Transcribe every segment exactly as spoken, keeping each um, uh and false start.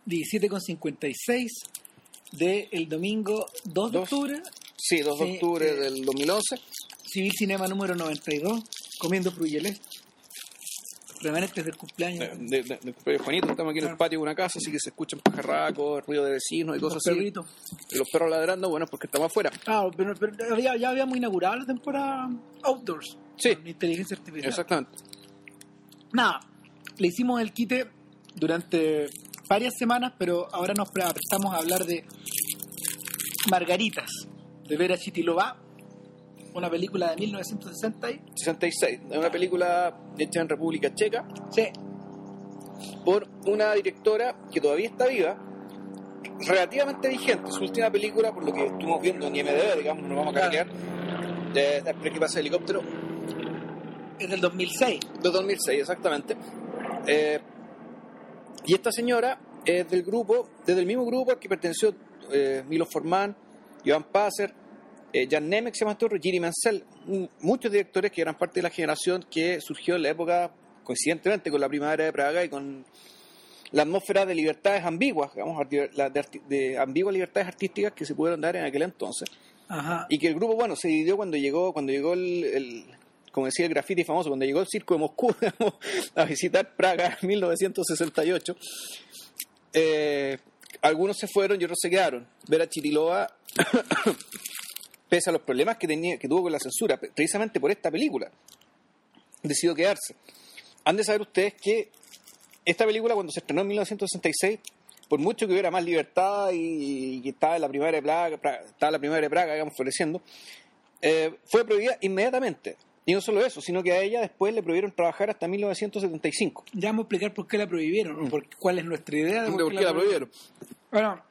diecisiete con cincuenta y seis del domingo dos de octubre. Sí, dos de octubre eh, del dos mil once. Civil Cinema número noventa y dos, comiendo fruyeles. Remanentes del cumpleaños. De, de, de cumpleaños Juanito, estamos aquí en el patio de una casa, así que se escuchan pajarracos, ruido de vecinos y cosas los así. Perritos. Y los perros ladrando, bueno, porque estamos afuera. Ah, pero, pero había, ya habíamos inaugurado la temporada Outdoors. Sí. Con inteligencia artificial. Exactamente. Nada, le hicimos el quite durante varias semanas, pero ahora nos prestamos a hablar de Margaritas, de Vera Chytilova, una película de mil novecientos sesenta y seis. Es una película hecha en República Checa. Sí. Por una directora que todavía está viva, relativamente vigente. Su última película, por lo que estuvimos viendo en I M D B, digamos, no nos vamos a cargar, de Después que pasa el helicóptero. Es del dos mil seis. Del dos mil seis, exactamente. Eh, y esta señora es del grupo, desde el mismo grupo al que perteneció eh, Milos Forman, Iván Passer, Eh, Jan Nemec, se llama este otro, Jiri Menzel, muchos directores que eran parte de la generación que surgió en la época, coincidentemente con la primavera de Praga y con la atmósfera de libertades ambiguas, digamos, de, de, de ambiguas libertades artísticas que se pudieron dar en aquel entonces. Ajá. Y que el grupo, bueno, se dividió cuando llegó, cuando llegó el, el como decía el graffiti famoso, cuando llegó el circo de Moscú, digamos, a visitar Praga en mil novecientos sesenta y ocho. Eh, algunos se fueron y otros se quedaron. Vera Chytilova pese a los problemas que tenía, que tuvo con la censura, precisamente por esta película, decidió quedarse. Han de saber ustedes que esta película, cuando se estrenó en mil novecientos sesenta y seis, por mucho que hubiera más libertad y, y que estaba en la primavera de Praga, estaba la primavera de Praga, digamos, floreciendo, eh, fue prohibida inmediatamente. Y no solo eso, sino que a ella después le prohibieron trabajar hasta mil novecientos setenta y cinco. Ya vamos a explicar por qué la prohibieron, mm. por cuál es nuestra idea de por, ¿De por qué, qué la prohibieron. Bueno,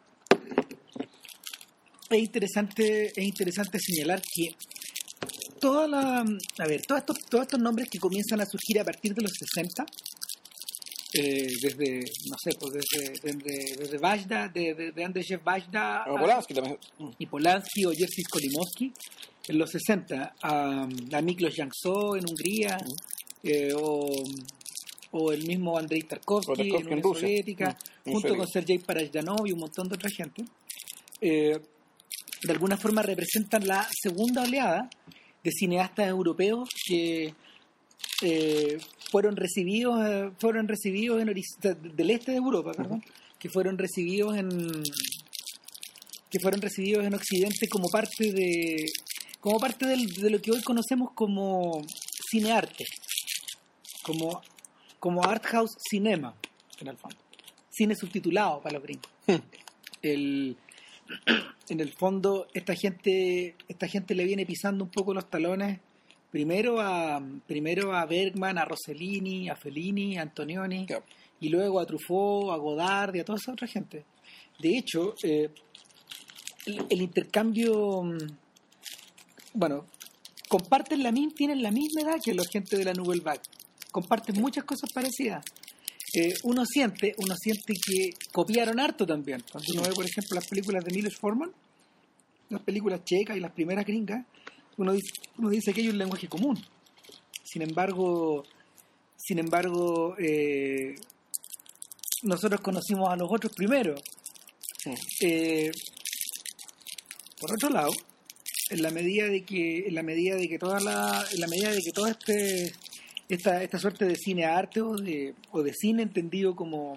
es interesante, es interesante señalar que toda la, a ver, todos estos, todos estos nombres que comienzan a surgir a partir de los sesenta, eh, desde, no sé, pues desde, desde, desde Vajda, de, de, de Andrzej Vajda o Polanski también. Y Polanski o Jerzy Skolimowski en los sesenta, a, a Miklos Jankso en Hungría, mm. eh, o, o el mismo Andrei Tarkovsky en Unión Soviética, mm. junto con Sergei Parajanov y un montón de otra gente. Eh, de alguna forma representan la segunda oleada de cineastas europeos que eh, fueron recibidos eh, fueron recibidos en ori- del este de Europa, perdón, uh-huh. que fueron recibidos en que fueron recibidos en Occidente como parte de como parte del, de lo que hoy conocemos como cinearte, como como art house cinema, en el fondo, cine subtitulado para los gringos. Hmm. El En el fondo, esta gente esta gente le viene pisando un poco los talones primero a primero a Bergman, a Rossellini, a Fellini, a Antonioni, yep. y luego a Truffaut, a Godard y a toda esa otra gente. De hecho, eh, el, el intercambio, bueno, comparten la misma, tienen la misma edad que los gente de la Nouvelle Vague, comparten muchas cosas parecidas. Eh, uno siente uno siente que copiaron harto también. Cuando uno ve, por ejemplo, las películas de Milos Forman, las películas checas y las primeras gringas, uno dice, uno dice que hay un lenguaje común. Sin embargo, sin embargo, eh, nosotros conocimos a los otros primero. Sí. Eh, por otro lado, en la medida de que, en la medida de que toda la, en la medida de que todo este Esta, esta suerte de cine arte o de, o de cine entendido como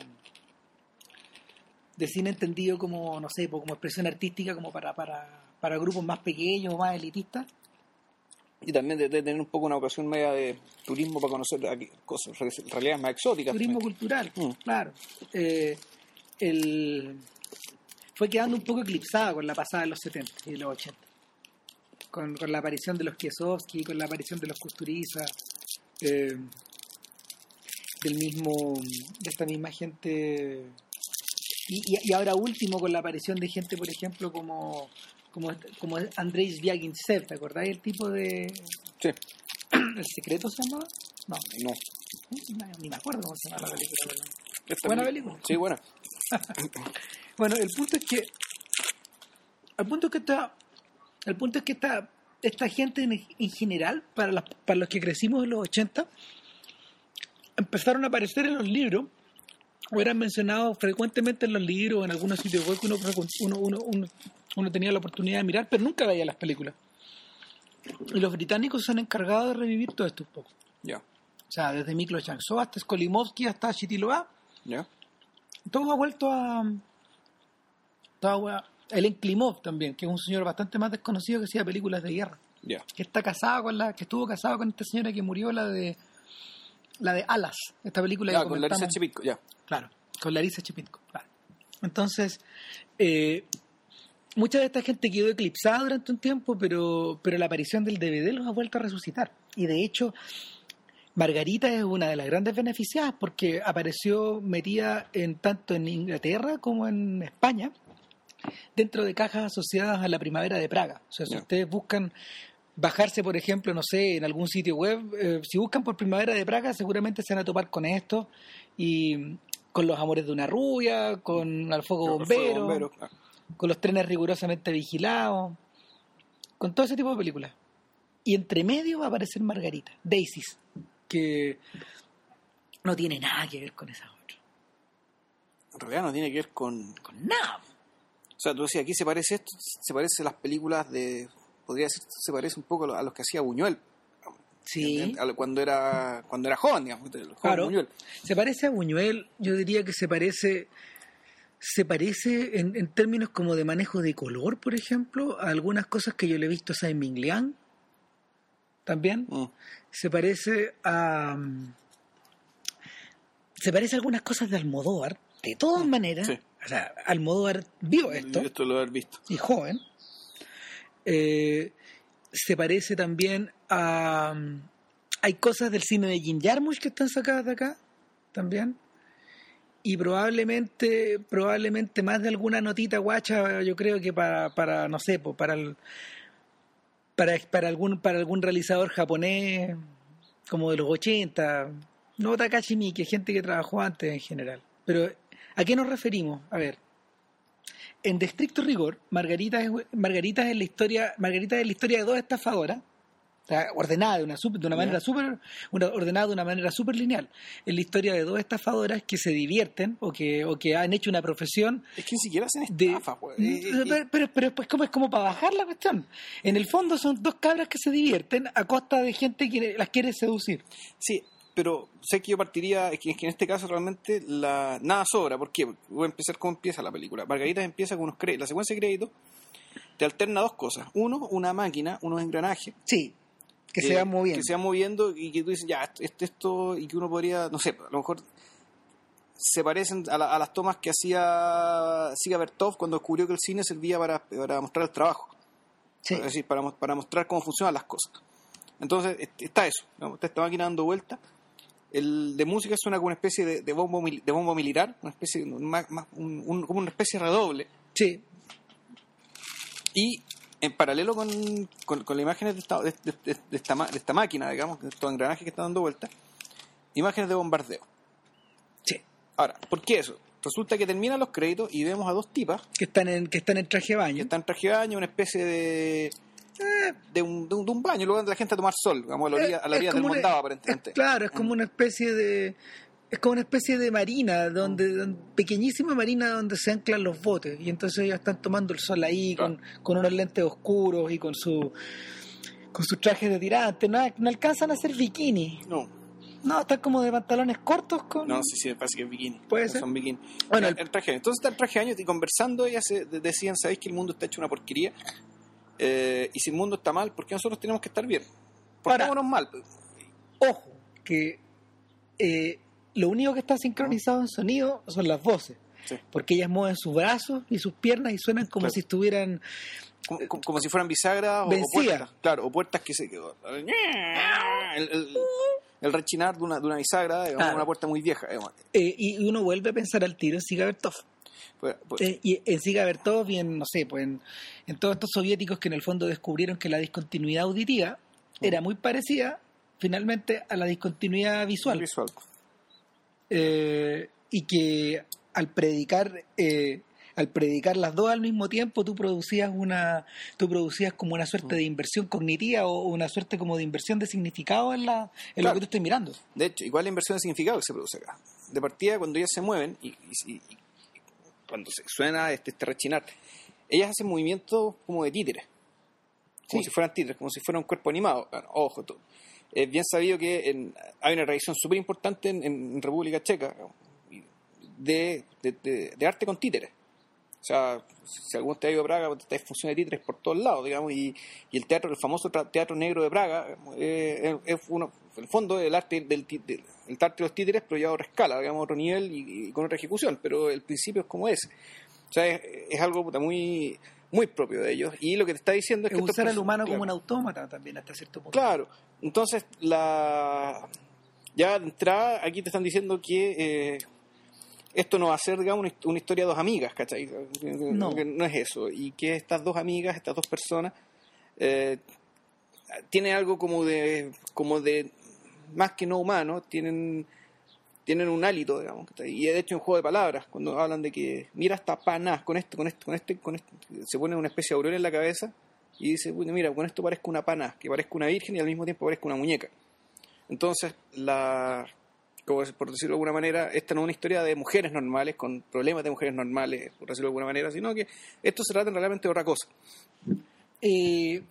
de cine entendido como, no sé, como expresión artística, como para, para, para grupos más pequeños o más elitistas. Y también de, de tener un poco una ocasión media de turismo para conocer aquí cosas, realidades más exóticas. Turismo también. Cultural, mm. claro. Eh, el, fue quedando un poco eclipsada con la pasada de los setenta y de los ochenta. Con, con la aparición de los Kieslowski, con la aparición de los Kusturiza. Eh, del mismo de esta misma gente y, y, y ahora último con la aparición de gente, por ejemplo, como como, como Andrei Zvyagintsev, ¿te acordáis el tipo de sí. El secreto se llama? No, no, no ni me acuerdo cómo se llama la película. Esta buena película. película Sí, buena. Bueno, el punto es que el punto es que está el punto es que está esta gente en, en general, para, las, para los que crecimos en los ochenta, empezaron a aparecer en los libros o eran mencionados frecuentemente en los libros o en algunos sitios web que uno, uno, uno, uno, uno tenía la oportunidad de mirar, pero nunca veía las películas. Y los británicos se han encargado de revivir todo esto un poco. Ya. Yeah. O sea, desde Miklos Jankso hasta Skolimowski hasta Chitiloa. Ya. Yeah. Todo ha vuelto a... Todo a Elen Klimov también, que es un señor bastante más desconocido que hacía películas de guerra. Yeah. Que está casado con la... Que estuvo casado con esta señora que murió, la de... La de Alas, esta película yeah, que con Larisa Chipitko, ya. Yeah. Claro, con Larisa Chipitko, claro. Entonces, eh, mucha de esta gente quedó eclipsada durante un tiempo, pero, pero la aparición del D V D los ha vuelto a resucitar. Y de hecho, Margarita es una de las grandes beneficiadas porque apareció metida en tanto en Inglaterra como en España dentro de cajas asociadas a la Primavera de Praga. O sea, si yeah. ustedes buscan bajarse, por ejemplo, no sé, en algún sitio web, eh, si buscan por Primavera de Praga seguramente se van a topar con esto y con Los amores de una rubia, con Al fuego bombero, bombero claro. con Los trenes rigurosamente vigilados, con todo ese tipo de películas. Y entre medio va a aparecer Margarita, Daisies, que no tiene nada que ver con esa otra. En realidad no tiene que ver con... Con nada. O sea, tú decías, aquí se parece esto, se parece a las películas de... Podría decir, se parece un poco a los que hacía Buñuel. Sí. Cuando era, cuando era joven, digamos. Joven claro. Buñuel. Se parece a Buñuel, yo diría que se parece... Se parece en, en términos como de manejo de color, por ejemplo, a algunas cosas que yo le he visto a Simon Liang. También. Mm. Se parece a... Se parece a algunas cosas de Almodóvar. De todas mm. maneras... Sí. O sea, Almodóvar vio esto. Esto lo haber visto. Y joven. Eh, se parece también a... Hay cosas del cine de Jim Jarmusch que están sacadas de acá. También. Y probablemente probablemente más de alguna notita guacha, yo creo que para, para no sé, pues para el, para, para algún para algún realizador japonés como de los ochenta, no Takashi Miike, gente que trabajó antes en general. Pero ¿a qué nos referimos? A ver, en de estricto rigor, Margarita es, Margarita es la historia, Margarita es la historia de dos estafadoras, o sea, ordenada de una super, de una manera súper una ordenada de una manera súper lineal. Es la historia de dos estafadoras que se divierten o que o que han hecho una profesión. Es que ni siquiera hacen estafa, pues. Pero, pero, pero, pero pues como es como para bajar la cuestión. En el fondo son dos cabras que se divierten a costa de gente que las quiere seducir. Sí, pero sé que yo partiría, es que, es que en este caso realmente la nada sobra. ¿Por qué? Voy a empezar cómo empieza la película. Margarita empieza con unos créditos. La secuencia de créditos te alterna dos cosas. Uno, una máquina, unos engranajes. Sí. Que eh, se van moviendo. Que se van moviendo y que tú dices, ya, esto, esto, y que uno podría, no sé, a lo mejor se parecen a, la, a las tomas que hacía Siga Bertov cuando descubrió que el cine servía para, para mostrar el trabajo. Sí. Es decir, para, para mostrar cómo funcionan las cosas. Entonces, está eso, digamos, está esta máquina dando vueltas. El de música suena como una especie de, de, bombo, de bombo militar, una especie, más, más, un, un, como una especie de redoble. Sí. Y en paralelo con, con, con las imágenes de esta, de, de, de, de, esta, de esta máquina, digamos, de estos engranajes que están dando vueltas, imágenes de bombardeo. Sí. Ahora, ¿por qué eso? Resulta que terminan los créditos y vemos a dos tipas que están en que están en traje de baño. Que están en traje de baño, una especie de eh, de, un, de, un, de un baño, lugar donde la gente a tomar sol, digamos, a la orilla, a la orilla del Mondado, aparentemente. Es, claro, es como una especie de es como una especie de marina, donde, donde pequeñísima marina donde se anclan los botes, y entonces ellos están tomando el sol ahí, claro, con, con unos lentes oscuros y con su con sus trajes de tirantes. No, no alcanzan a hacer bikini. No. No, están como de pantalones cortos con... No, sí, sí, me parece que es bikini. Puede ser. Son bikini. Bueno, el, el traje, entonces está el traje de años y conversando ellas se, decían, ¿sabéis que el mundo está hecho una porquería? Eh, y si el mundo está mal, ¿por qué nosotros tenemos que estar bien? Portémonos mal. Ojo, que eh, lo único que está sincronizado en sonido son las voces. Sí. Porque ellas mueven sus brazos y sus piernas y suenan como claro, si estuvieran... Como, como, como si fueran bisagras o, o puertas. Claro, o puertas que se... El, el, el rechinar de una, de una bisagra, digamos, claro, una puerta muy vieja. Eh, y uno vuelve a pensar al tiro en Siga Bertov. Pues, pues, eh, y en Siga Bertov y en, no sé, pues en, en todos estos soviéticos que en el fondo descubrieron que la discontinuidad auditiva uh-huh. era muy parecida finalmente a la discontinuidad visual. visual. Eh, y que al predicar eh, al predicar las dos al mismo tiempo, tú producías una, tú producías como una suerte de inversión cognitiva o una suerte como de inversión de significado en la, en claro. lo que tú estás mirando. De hecho, igual la inversión de significado que se produce acá. De partida, cuando ellas se mueven y, y, y cuando se suena este, este rechinar, ellas hacen movimientos como de títeres, como sí. si fueran títeres, como si fuera un cuerpo animado. Ojo, todo. Es bien sabido que en, hay una tradición súper importante en, en República Checa de, de, de, de arte con títeres. O sea, si algún te ha ido a Praga, hay función de títeres por todos lados, digamos, y, y el teatro, el famoso Teatro Negro de Praga, eh, es, es uno, en el fondo, el arte del, del el arte de los títeres, pero ya a otra escala, digamos, a otro nivel y, y con otra ejecución, pero el principio es como ese. O sea, es, es algo puta, muy, muy propio de ellos, y lo que te está diciendo es, es que... usar al humano claro, como un autómata también, hasta cierto punto. Claro, entonces, la ya de entrada, aquí te están diciendo que... Eh, esto no va a ser, digamos, una historia de dos amigas, ¿cachai? No. No es eso. Y que estas dos amigas, estas dos personas, eh, tienen algo como de, como de, más que no humano, tienen, tienen un hálito, digamos. ¿cachai? Y de hecho, un juego de palabras, cuando hablan de que, mira esta pana, con esto, con esto, con este, con este, se pone una especie de aureola en la cabeza y dice, mira, con esto parezco una pana, que parezca una virgen y al mismo tiempo parezca una muñeca. Entonces, la... como por decirlo de alguna manera, esta no es una historia de mujeres normales, con problemas de mujeres normales, por decirlo de alguna manera, sino que esto se trata realmente de otra cosa. Eh,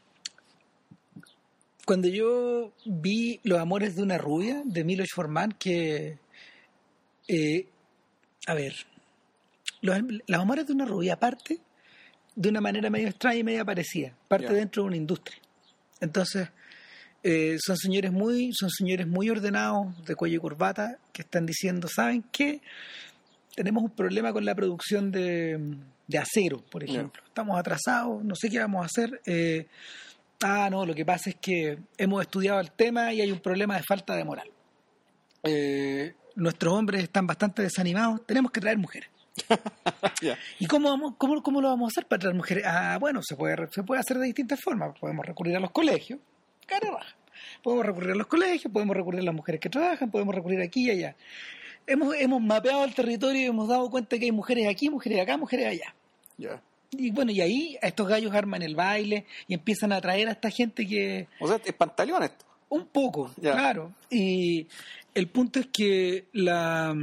cuando yo vi Los amores de una rubia, de Milos Forman, que... Eh, a ver, los, los amores de una rubia parte de una manera medio extraña y medio parecida, parte yeah. dentro de una industria. Entonces... Eh, son señores muy son señores muy ordenados, de cuello y corbata, que están diciendo, ¿saben qué? Tenemos un problema con la producción de, de acero, por ejemplo. Yeah. Estamos atrasados, no sé qué vamos a hacer. Eh, ah, no, lo que pasa es que hemos estudiado el tema y hay un problema de falta de moral. Eh, nuestros hombres están bastante desanimados, tenemos que traer mujeres. yeah. ¿Y cómo, vamos, cómo, cómo lo vamos a hacer para traer mujeres? Ah, bueno, se puede, se puede hacer de distintas formas. Podemos recurrir a los colegios. Cara baja. Podemos recurrir a los colegios, podemos recurrir a las mujeres que trabajan, podemos recurrir aquí y allá. Hemos, hemos mapeado el territorio y hemos dado cuenta que hay mujeres aquí, mujeres acá, mujeres allá. Yeah. Y bueno, y ahí a estos gallos arman el baile y empiezan a atraer a esta gente que... O sea, es pantaleón esto. Un poco, yeah. claro. Y el punto es que la...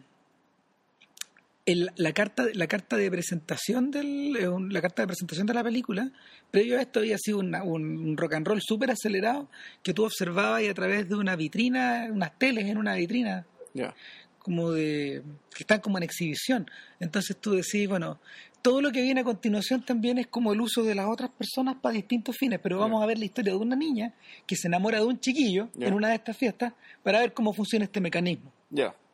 El, la carta la carta de presentación del la carta de presentación de la película, previo a esto había sido una, un rock and roll súper acelerado que tú observabas y a través de una vitrina, unas teles en una vitrina yeah. como de que están como en exhibición. Entonces tú decís, bueno, todo lo que viene a continuación también es como el uso de las otras personas para distintos fines, pero vamos yeah. a ver la historia de una niña que se enamora de un chiquillo yeah. en una de estas fiestas para ver cómo funciona este mecanismo. Ya. Yeah.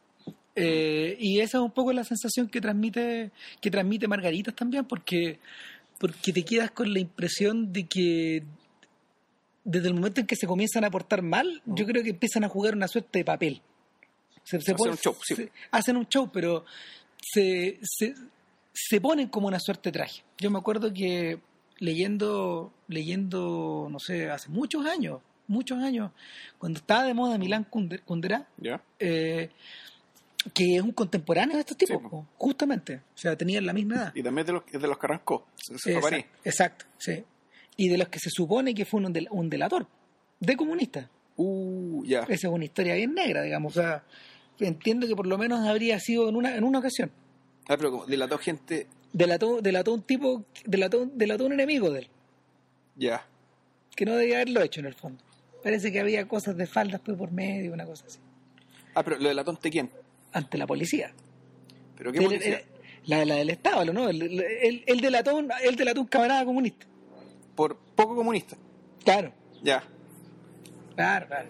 Eh, y esa es un poco la sensación que transmite que transmite Margaritas también, porque porque te quedas con la impresión de que desde el momento en que se comienzan a portar mal, uh-huh. yo creo que empiezan a jugar una suerte de papel. Se, se hacen pone, un show, sí. se, hacen un show, pero se, se, se ponen como una suerte de traje. Yo me acuerdo que leyendo leyendo no sé, hace muchos años, muchos años, cuando estaba de moda Milán Kundera, yeah. eh, que es un contemporáneo de estos tipos, sí. justamente. O sea, tenían la misma edad. Y también de los, de los que arrancó. Se exacto, exacto, sí. Y de los que se supone que fue un, del, un delator de comunistas. Uh, ya. Esa es una historia bien negra, digamos. O sea, entiendo que por lo menos habría sido en una en una ocasión. Ah, pero como delató gente... Delató, delató un tipo, delató, delató un enemigo de él. Ya. Que no debía haberlo hecho, en el fondo. Parece que había cosas de faldas pues, por medio, una cosa así. Ah, pero ¿lo delató ante quién? Ante la policía. ¿Pero qué policía? El, la, la del Estado, ¿no? El, el, el, el, delató un, el delató un camarada comunista. ¿Por poco comunista? Claro. Ya. Claro, claro.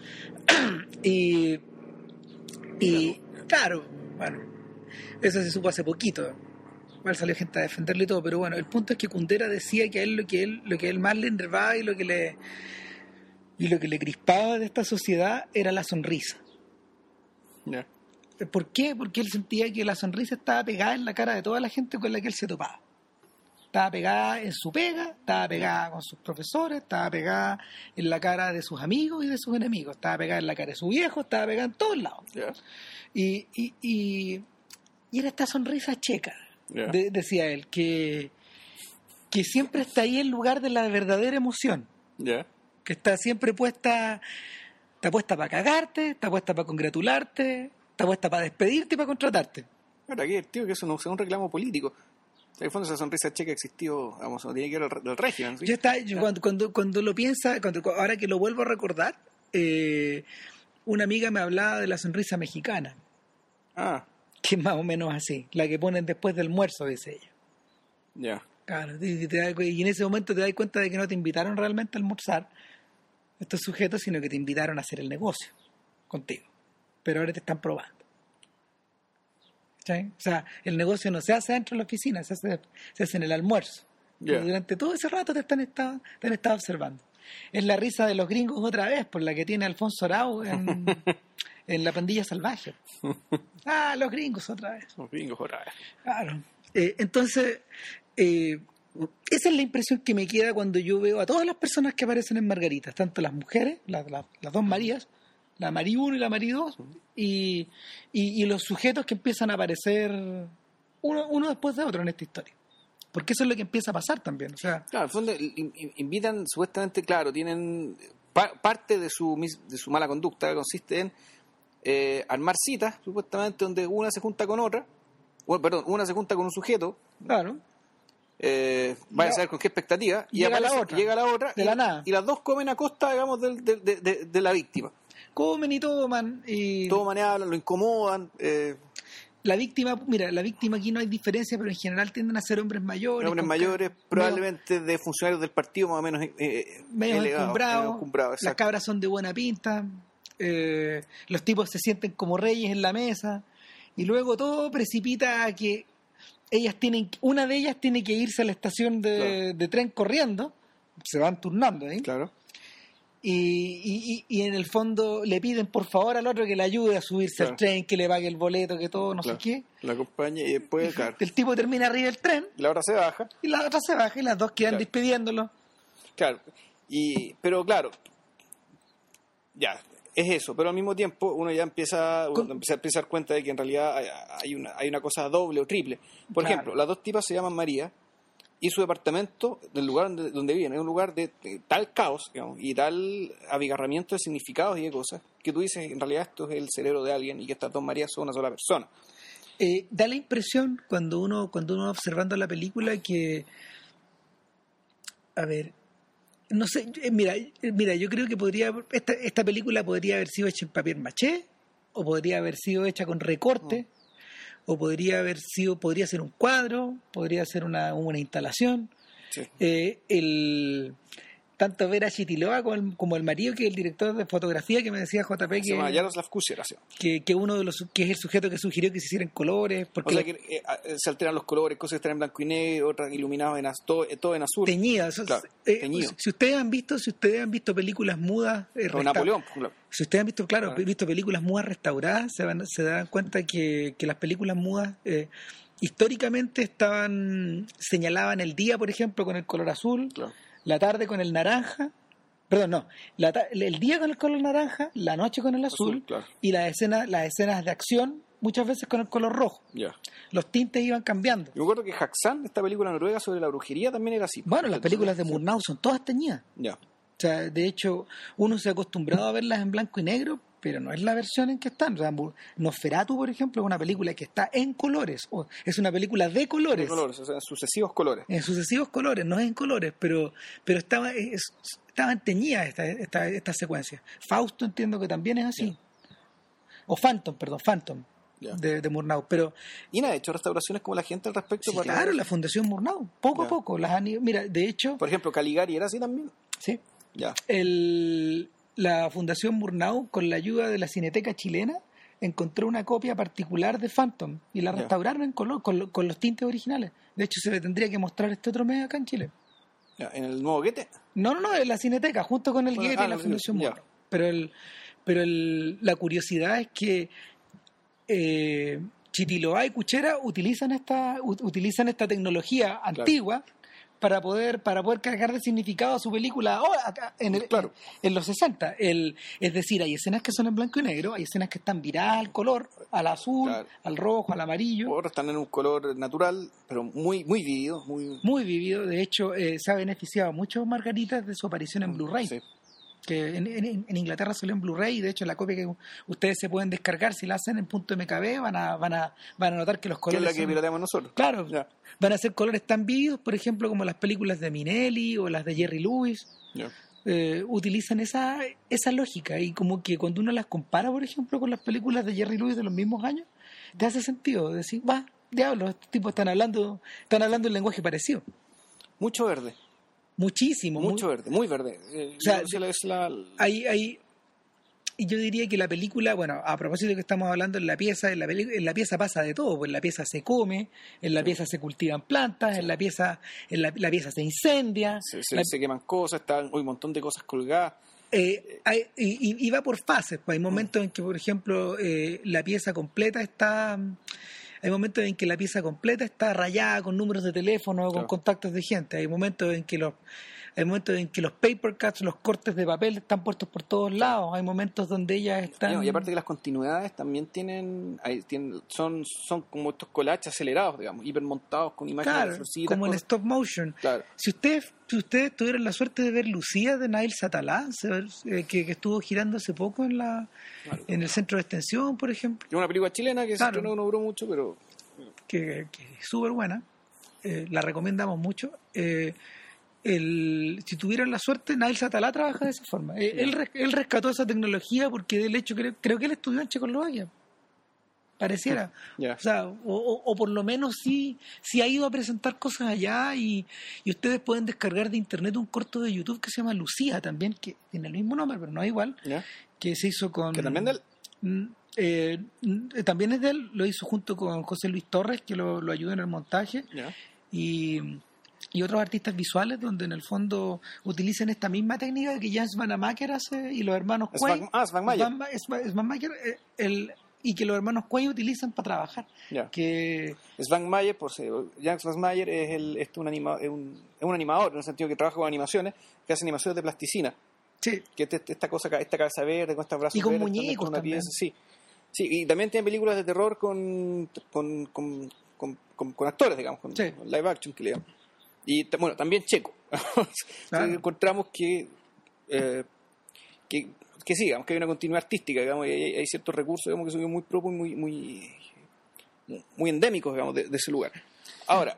y... Y... Claro, bueno. Eso se supo hace poquito. Igual salió gente a defenderlo y todo, pero bueno, el punto es que Kundera decía que a él lo que él, lo que él más le enervaba y lo que le... Y lo que le crispaba de esta sociedad era la sonrisa. Ya. Yeah. ¿Por qué? Porque él sentía que la sonrisa estaba pegada en la cara de toda la gente con la que él se topaba. Estaba pegada en su pega, estaba pegada con sus profesores, estaba pegada en la cara de sus amigos y de sus enemigos, estaba pegada en la cara de su viejo, estaba pegada en todos lados. Yeah. Y, y, y, y era esta sonrisa checa, Yeah. De, decía él, que, que siempre está ahí el lugar de la verdadera emoción. Yeah. Que está siempre puesta, está puesta para cagarte, está puesta para congratularte, está puesta para despedirte y para contratarte. Ahora, qué tío, que eso no sea un reclamo político. En el fondo esa sonrisa checa existió, vamos, no tiene que ver del régimen. ¿Sí? Yo está, yo cuando, cuando, cuando lo piensa, cuando, ahora que lo vuelvo a recordar, eh, una amiga me hablaba de la sonrisa mexicana. Ah. Que es más o menos así, la que ponen después del almuerzo, dice ella. Ya. Yeah. Claro, y, te, y en ese momento te das cuenta de que no te invitaron realmente a almorzar estos sujetos, sino que te invitaron a hacer el negocio contigo. Pero ahora te están probando. ¿Sí? O sea, el negocio no se hace dentro de la oficina, se hace, se hace en el almuerzo. Yeah. Durante todo ese rato te, están estado, te han estado observando. Es la risa de los gringos otra vez, por la que tiene Alfonso Arau en, en La Pandilla Salvaje. Ah, los gringos otra vez. Los gringos otra vez. Claro. Eh, entonces, eh, esa es la impresión que me queda cuando yo veo a todas las personas que aparecen en Margaritas, tanto las mujeres, la, la, las dos Marías, la Marí uno y la Marí dos, y, y, y los sujetos que empiezan a aparecer uno, uno después de otro en esta historia. Porque eso es lo que empieza a pasar también. O sea, claro, al fondo invitan, supuestamente, claro, tienen pa- parte de su, de su mala conducta consiste en eh, armar citas, supuestamente, donde una se junta con otra, o, perdón, una se junta con un sujeto. Claro. Eh, vaya a saber con qué expectativa. Y llega, aparece, la otra, llega la otra. De y, la nada. Y las dos comen a costa, digamos, de, de, de, de, de la víctima. Comen y toman. Y... Toman y hablan, lo incomodan. Eh, La víctima, mira, la víctima aquí no hay diferencia, pero en general tienden a ser hombres mayores. Hombres mayores, ca- probablemente medio, de funcionarios del partido más o menos eh, medio elevados, encumbrados. encumbrado, las cabras son de buena pinta. Eh, los tipos se sienten como reyes en la mesa. Y luego todo precipita a que ellas tienen, una de ellas tiene que irse a la estación de, claro. de tren corriendo. Se van turnando, ¿eh? Claro. Y, y, y en el fondo le piden por favor al otro que le ayude a subirse claro. al tren, que le pague el boleto, que todo, no claro. sé qué. La acompaña y después, claro. El tipo termina arriba del tren. Y la otra se baja. Y la otra se baja y las dos quedan claro. despidiéndolo. Claro. Y, pero claro, ya, es eso. Pero al mismo tiempo uno ya empieza, uno Con... empieza, empieza a dar cuenta de que en realidad hay, hay, una, hay una cosa doble o triple. Por claro. ejemplo, las dos tipas se llaman María. Y su departamento, del lugar donde, donde viven, es un lugar de, de tal caos, digamos, y tal abigarramiento de significados y de cosas, que tú dices, en realidad esto es el cerebro de alguien y que estas dos Marías son una sola persona. Eh, da la impresión, cuando uno cuando uno va observando la película, que... A ver... No sé, mira, mira yo creo que podría... Esta, esta película podría haber sido hecha en papel maché, o podría haber sido hecha con recorte, mm. o podría haber sido, podría ser un cuadro, podría ser una, una instalación. Sí. Eh, el tanto Vera Chitiloa como el, como el marido, que es el director de fotografía, que me decía J P que, se llama Jaroslav Kusier, que, que uno de los que es el sujeto que sugirió que se hicieran colores, porque o sea, que eh, se alteran los colores, cosas que están en blanco y negro, otras iluminadas en az, todo, todo en azul, teñidas, claro, eh, teñido. Si ustedes han visto, si ustedes han visto películas mudas, eh, resta- Napoleón, claro. Si ustedes han visto, claro, claro. visto películas mudas restauradas, se, van, se dan cuenta que, que las películas mudas eh, históricamente estaban señalaban el día, por ejemplo, con el color azul, claro. la tarde con el naranja, perdón, no, la, el día con el color naranja, la noche con el azul, azul claro. y las escenas, las escenas de acción muchas veces con el color rojo. Yeah. Los tintes iban cambiando. Yo me acuerdo que Haxan, esta película noruega sobre la brujería, también era así. Bueno, las películas de Murnau son todas teñidas. Ya. Yeah. O sea, de hecho, uno se ha acostumbrado a verlas en blanco y negro, pero no es la versión en que están. O sea, Nosferatu, por ejemplo, es una película que está en colores. O es una película de colores. De colores, o sea, en sucesivos colores. En sucesivos colores, no es en colores, pero pero estaba, es, estaban teñidas esta, esta, esta secuencia. Fausto entiendo que también es así. Yeah. O Phantom, perdón, Phantom. Yeah. De, de Murnau, pero ¿y no ha hecho restauraciones como la gente al respecto? Sí, para claro, la Fundación Murnau, poco yeah. a poco las han ido, mira, de hecho, por ejemplo, Caligari era así también. Sí. Ya. El, la Fundación Murnau, con la ayuda de la Cineteca chilena, encontró una copia particular de Phantom y la restauraron yeah. en color con, con los tintes originales. De hecho, se le tendría que mostrar este otro mes acá en Chile. Yeah. ¿En el nuevo Goethe? No, no, no, en la Cineteca, junto con el bueno, Goethe ah, y la no, Fundación yeah. Murnau. Pero el, pero el, la curiosidad es que eh, Chitiloa y Kuchera utilizan esta utilizan esta tecnología antigua, claro. para poder para poder cargar de significado a su película ahora, acá, en, el, claro. en, en los sesenta. El, es decir, hay escenas que son en blanco y negro, hay escenas que están viradas al color, al azul, claro. al rojo, al amarillo. Otras están en un color natural, pero muy muy vivido. Muy, muy vivido. De hecho, eh, se ha beneficiado mucho Margaritas de su aparición en Blu-ray. Sí. Que en, en, en Inglaterra salió en Blu-ray y de hecho la copia que ustedes se pueden descargar si la hacen en punto M K B van a van a van a notar que los colores que es la que son, pirateamos nosotros. Claro, yeah. Van a ser colores tan vívidos, por ejemplo, como las películas de Minelli o las de Jerry Lewis. Yeah. Eh, utilizan esa esa lógica y como que cuando uno las compara, por ejemplo, con las películas de Jerry Lewis de los mismos años, te hace sentido decir, va, diablo, estos tipos están hablando están hablando un lenguaje parecido. Mucho verde. Muchísimo. Mucho muy, verde, muy verde. Eh, o sea, es la... hay, hay, y yo diría que la película, bueno, a propósito de que estamos hablando en la pieza, en la, en la pieza pasa de todo, pues en la pieza se come, en la sí. pieza se cultivan plantas, sí. en la pieza en la, la pieza se incendia. Se, se, la, se queman cosas, están hay un montón de cosas colgadas. Eh, hay, y, y va por fases, pues hay momentos mm. en que, por ejemplo, eh, la pieza completa está... Hay momentos en que la pieza completa está rayada con números de teléfono, claro. con contactos de gente. Hay momentos en que los hay momentos en que los paper cuts, los cortes de papel están puestos por todos lados. Hay momentos donde ellas están... No, y aparte que las continuidades también tienen, hay, tienen son son como estos collages acelerados, digamos, hipermontados con imágenes claro, retorcidas. como cosas. En stop motion. Claro. Si ustedes si ustedes tuvieron la suerte de ver Lucía de Nail Satalá, que, que estuvo girando hace poco en la claro. en el centro de extensión, por ejemplo. Es una película chilena que claro. no, no duró mucho, pero... que, que es súper buena, eh, la recomendamos mucho. Eh, el, si tuvieran la suerte, Nail Satalá trabaja de esa forma. Eh, yeah. él, él rescató esa tecnología porque, del hecho, creo, creo que él estudió en Checoslovaquia. Pareciera. Yeah. O sea, o, o, o por lo menos sí, sí ha ido a presentar cosas allá y, y ustedes pueden descargar de internet un corto de YouTube que se llama Lucía también, que tiene el mismo nombre, pero no es igual, yeah. que se hizo con... ¿Que también de él? Eh, también es de él, lo hizo junto con José Luis Torres, que lo, lo ayudó en el montaje, yeah. y, y otros artistas visuales, donde en el fondo utilizan esta misma técnica que Jens Van Amaker hace y los hermanos Quay. Ah, Svangmayer. Svangmayer, el, y que los hermanos Quay utilizan para trabajar. Yeah. Que Svangmayer, por Jens Svangmayer es, el, es, un anima, es, un, es un animador, en el sentido que trabaja con animaciones, que hace animaciones de plasticina. Sí. Que esta cosa, esta cabeza verde con estos brazos y con verdes, muñecos con una también. Pieza, sí. Sí, y también tiene películas de terror con con, con, con, con, con actores, digamos, con, sí. con live action que le llaman. Y bueno, también checo. Claro. Entonces encontramos que, eh, que que sí, digamos, que hay una continuidad artística, digamos, y hay, hay ciertos recursos, digamos, que son muy propios, muy muy muy endémicos, digamos, de, de ese lugar. Ahora,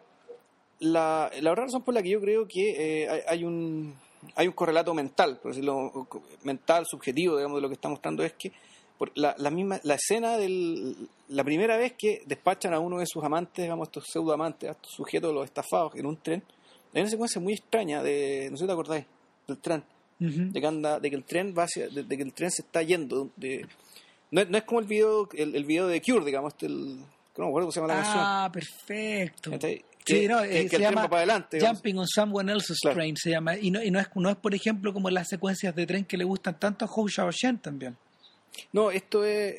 la, la otra razón por la que yo creo que eh, hay, hay un hay un correlato mental, por decirlo mental, subjetivo, digamos, de lo que está mostrando es que La, la misma la escena del la primera vez que despachan a uno de sus amantes, digamos, estos pseudo amantes, a estos sujetos, los estafados, en un tren, hay una secuencia muy extraña de, no sé si te acordáis, del tren, uh-huh. de que anda, de que el tren va hacia, de, de que el tren se está yendo, de, no, es, no es como el video el, el video de Cure, digamos, este, el, no me acuerdo cómo se llama la canción. Ah, perfecto. Que, sí, no, que, eh, que se llama para adelante, Jumping on Someone Else's claro. Train, se llama, y no, y no es no es por ejemplo como las secuencias de tren que le gustan tanto a Hou Xiaoxian también. No, esto es...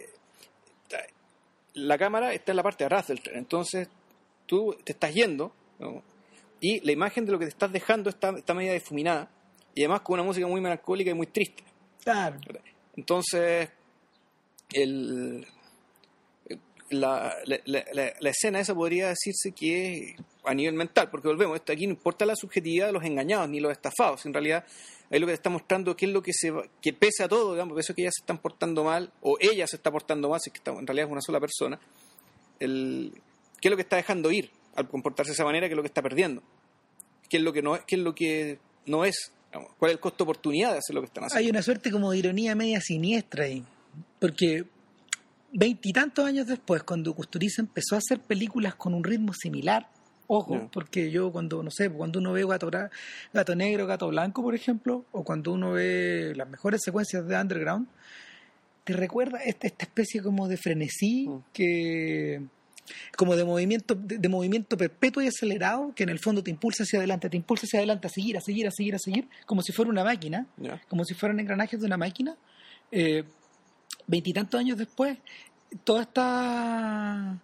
La cámara está en la parte de atrás del tren, entonces tú te estás yendo, ¿no? Y la imagen de lo que te estás dejando está, está media difuminada y además con una música muy melancólica y muy triste. Claro. Entonces, el, la, la, la, la escena esa podría decirse que es a nivel mental, porque volvemos, esto aquí no importa la subjetividad de los engañados ni los estafados, en realidad ahí lo que te está mostrando qué es lo que se que pese a todo, digamos, pese a que ellas se están portando mal o ella se está portando mal, si es que está, en realidad es una sola persona, el, qué es lo que está dejando ir al comportarse de esa manera, qué es lo que está perdiendo, qué es lo que no es, qué es lo que no es, digamos, cuál es el costo de oportunidad de hacer lo que están haciendo. Hay una suerte como de ironía media siniestra ahí, porque veintitantos años después, cuando Kusturica empezó a hacer películas con un ritmo similar, ojo, no. porque yo cuando, no sé, cuando uno ve Gato, Gato Negro, Gato Blanco, por ejemplo, o cuando uno ve las mejores secuencias de Underground, te recuerda esta, esta especie como de frenesí, mm. que como de movimiento de, de movimiento perpetuo y acelerado, que en el fondo te impulsa hacia adelante, te impulsa hacia adelante a seguir, a seguir, a seguir, a seguir, como si fuera una máquina, yeah. como si fueran engranajes de una máquina. Veintitantos eh, años después, toda esta...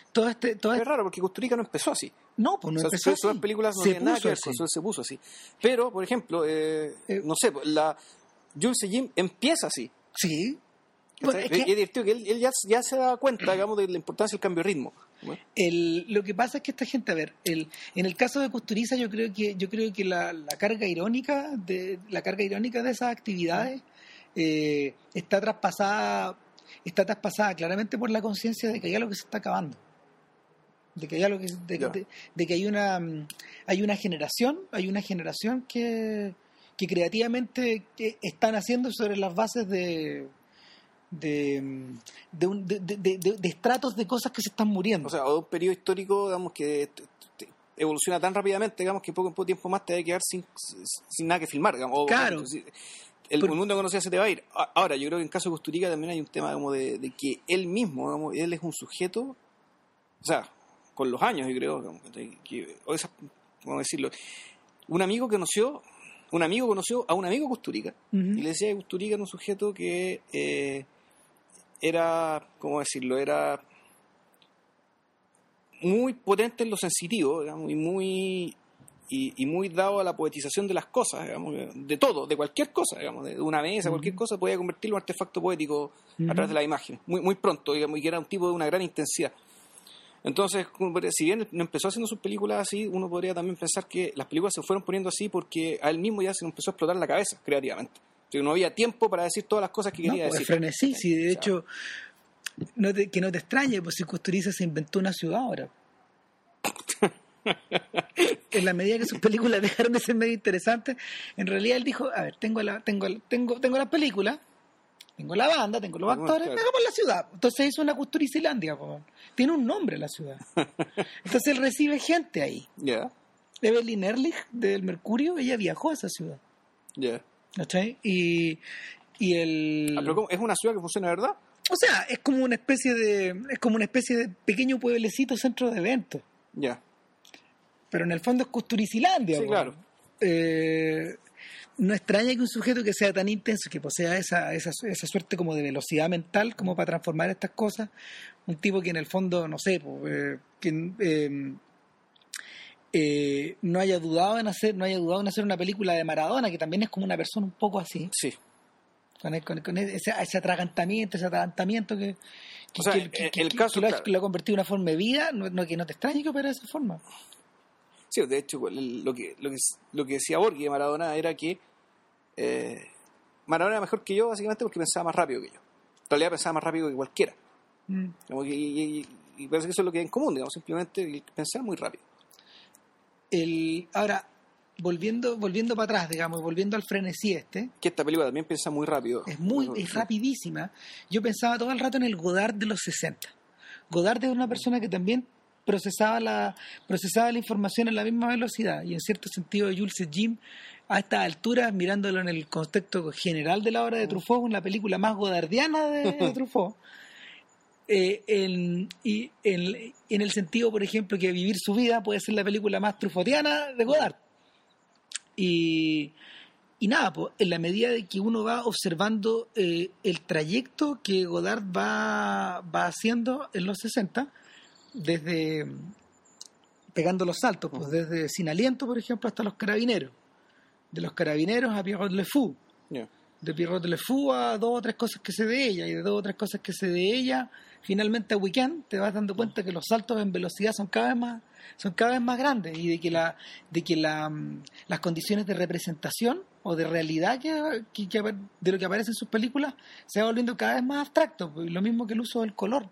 todo este, todo es este... raro porque Kusturica no empezó así. No, pues no o sea, empezó así. Todas las películas no tienen nada que ver con eso, se puso así. Pero, por ejemplo, eh, eh, no sé, la Jules Jim empieza así. Sí. Bueno, es, que, es divertido que él, él ya, ya se da cuenta, digamos, de la importancia del cambio de ritmo. Bueno. El, lo que pasa es que esta gente, a ver, el, en el caso de Kusturica yo creo que yo creo que la, la carga irónica de la carga irónica de esas actividades eh, está traspasada está traspasada claramente por la conciencia de que hay algo que se está acabando, de que hay algo que de, yeah. de, de que hay una hay una generación hay una generación que que creativamente que están haciendo sobre las bases de De, de, un, de, de, de, de estratos de cosas que se están muriendo. O sea, o de un periodo histórico, digamos, que te, te evoluciona tan rápidamente, digamos, que poco en poco tiempo más te va a quedar sin, sin nada que filmar, digamos. O, claro. O, el, Por... el mundo conocido se te va a ir. Ahora, yo creo que en caso de Kusturica también hay un tema como de, de que él mismo, digamos, él es un sujeto, o sea, con los años, yo creo, digamos, que, o esa, ¿cómo decirlo? Un amigo conoció, un amigo conoció a un amigo Kusturica, uh-huh. y le decía que Kusturica era un sujeto que... Eh, era, ¿cómo decirlo? Era muy potente en lo sensitivo, digamos, y muy y, y muy dado a la poetización de las cosas, digamos, de todo, de cualquier cosa, digamos, de una mesa, uh-huh. cualquier cosa, podía convertirlo en un artefacto poético uh-huh. a través de la imagen, muy muy pronto, digamos, y que era un tipo de una gran intensidad. Entonces, si bien empezó haciendo sus películas así, uno podría también pensar que las películas se fueron poniendo así porque a él mismo ya se le empezó a explotar la cabeza creativamente. Que no había tiempo para decir todas las cosas que quería no, pues decir. Frenesí, sí, de hecho, no te, que no te extrañe, pues si Kusturica se inventó una ciudad ahora. En la medida que sus películas dejaron de ser medio interesantes, en realidad él dijo, a ver, tengo la, tengo, tengo, tengo la película, tengo la banda, tengo los actores, claro. hagamos la ciudad. Entonces hizo una Kusturizilandia, pues. Tiene un nombre la ciudad. Entonces él recibe gente ahí. Ya. Yeah. Evelyn Ehrlich del Mercurio, ella viajó a esa ciudad. Ya. Yeah. ¿Cachai? Y, y el... Ah, pero ¿cómo? ¿Es una ciudad que funciona de verdad? O sea, es como una especie de es como una especie de pequeño pueblecito centro de eventos. Ya. Yeah. Pero en el fondo es Kusturizilandia. Sí, claro. Eh, no extraña que un sujeto que sea tan intenso, que posea esa, esa, esa suerte como de velocidad mental como para transformar estas cosas, un tipo que en el fondo, no sé, pues, eh, que... Eh, Eh, no haya dudado en hacer no haya dudado en hacer una película de Maradona, que también es como una persona un poco así, sí, con, el, con, con ese, ese atragantamiento ese atragantamiento que, que, o sea, que, que, el que, caso, que lo, ha, claro. que lo ha convertido en una forma de vida, no, no que no te extrañe que opera de esa forma. Sí, de hecho lo que lo que lo que decía Borghi de Maradona era que eh, Maradona era mejor que yo básicamente porque pensaba más rápido que yo. En realidad pensaba más rápido que cualquiera. Mm. Como que, y, y, y parece que eso es lo que hay en común, digamos, simplemente pensar muy rápido. El, ahora, volviendo volviendo para atrás, digamos, volviendo al frenesí este... Que esta película también piensa muy rápido. Es muy es sí. rapidísima. Yo pensaba todo el rato en el Godard de los sesenta. Godard es una persona que también procesaba la procesaba la información a la misma velocidad, y en cierto sentido Jules Jim, a estas alturas, mirándolo en el contexto general de la obra de Truffaut, en la película más godardiana de, de Truffaut, Eh, en, y en, en el sentido, por ejemplo, que Vivir su vida puede ser la película más trufotiana de Godard. Y, y nada, pues, en la medida de que uno va observando eh, el trayecto que Godard va, va haciendo en los sesenta, desde pegando los saltos, pues, desde Sin Aliento, por ejemplo, hasta Los Carabineros. De Los Carabineros a Pierrot Le Fou. Yeah. De Pierrot Le Fou a Dos o Tres Cosas que sé de ella, y de Dos o Tres Cosas que sé de ella finalmente a Weekend, te vas dando cuenta que los saltos en velocidad son cada vez más son cada vez más grandes, y de que la de que la, las condiciones de representación o de realidad que, que, que de lo que aparece en sus películas se va volviendo cada vez más abstracto, pues, lo mismo que el uso del color.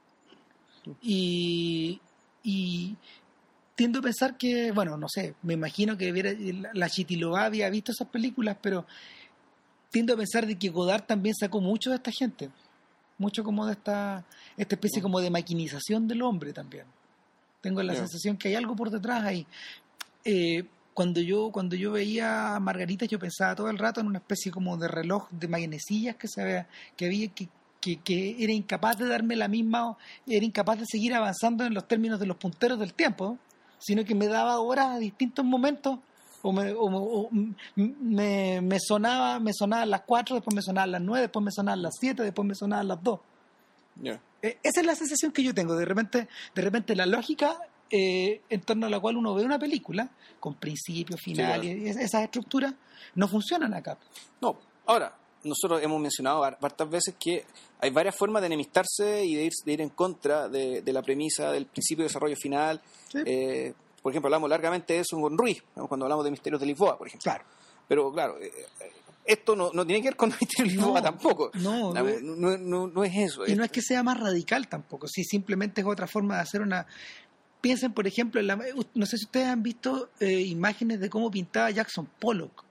Y y tiendo a pensar que, bueno, no sé, me imagino que viera, la Chitiloa había visto esas películas, pero tiendo a pensar de que Godard también sacó mucho de esta gente, mucho como de esta esta especie como de maquinización del hombre también. Tengo la yeah. sensación que hay algo por detrás ahí. Eh, cuando yo cuando yo veía a Margarita, yo pensaba todo el rato en una especie como de reloj de manecillas que se había, que había que, que, que era incapaz de darme la misma, era incapaz de seguir avanzando en los términos de los punteros del tiempo, sino que me daba horas a distintos momentos. O, me, o, o me, me sonaba me sonaban las cuatro, después me sonaban las nueve, después me sonaban las siete, después me sonaban las dos. Yeah. Eh, esa es la sensación que yo tengo. De repente, de repente la lógica eh, en torno a la cual uno ve una película, con principio, final, sí, claro, y esas estructuras, no funcionan acá. No, ahora, nosotros hemos mencionado varias veces que hay varias formas de enemistarse y de ir, de ir en contra de, de la premisa del principio de desarrollo final. Sí. Eh, por ejemplo, hablamos largamente de eso con Ruiz, cuando hablamos de Misterios de Lisboa, por ejemplo. Claro. Pero claro, eh, esto no, no tiene que ver con Misterios de Lisboa, no, tampoco. No, no, no, no, no es eso. Y no es que sea más radical tampoco, sí, simplemente es otra forma de hacer una... Piensen, por ejemplo, en la... no sé si ustedes han visto eh, imágenes de cómo pintaba Jackson Pollock.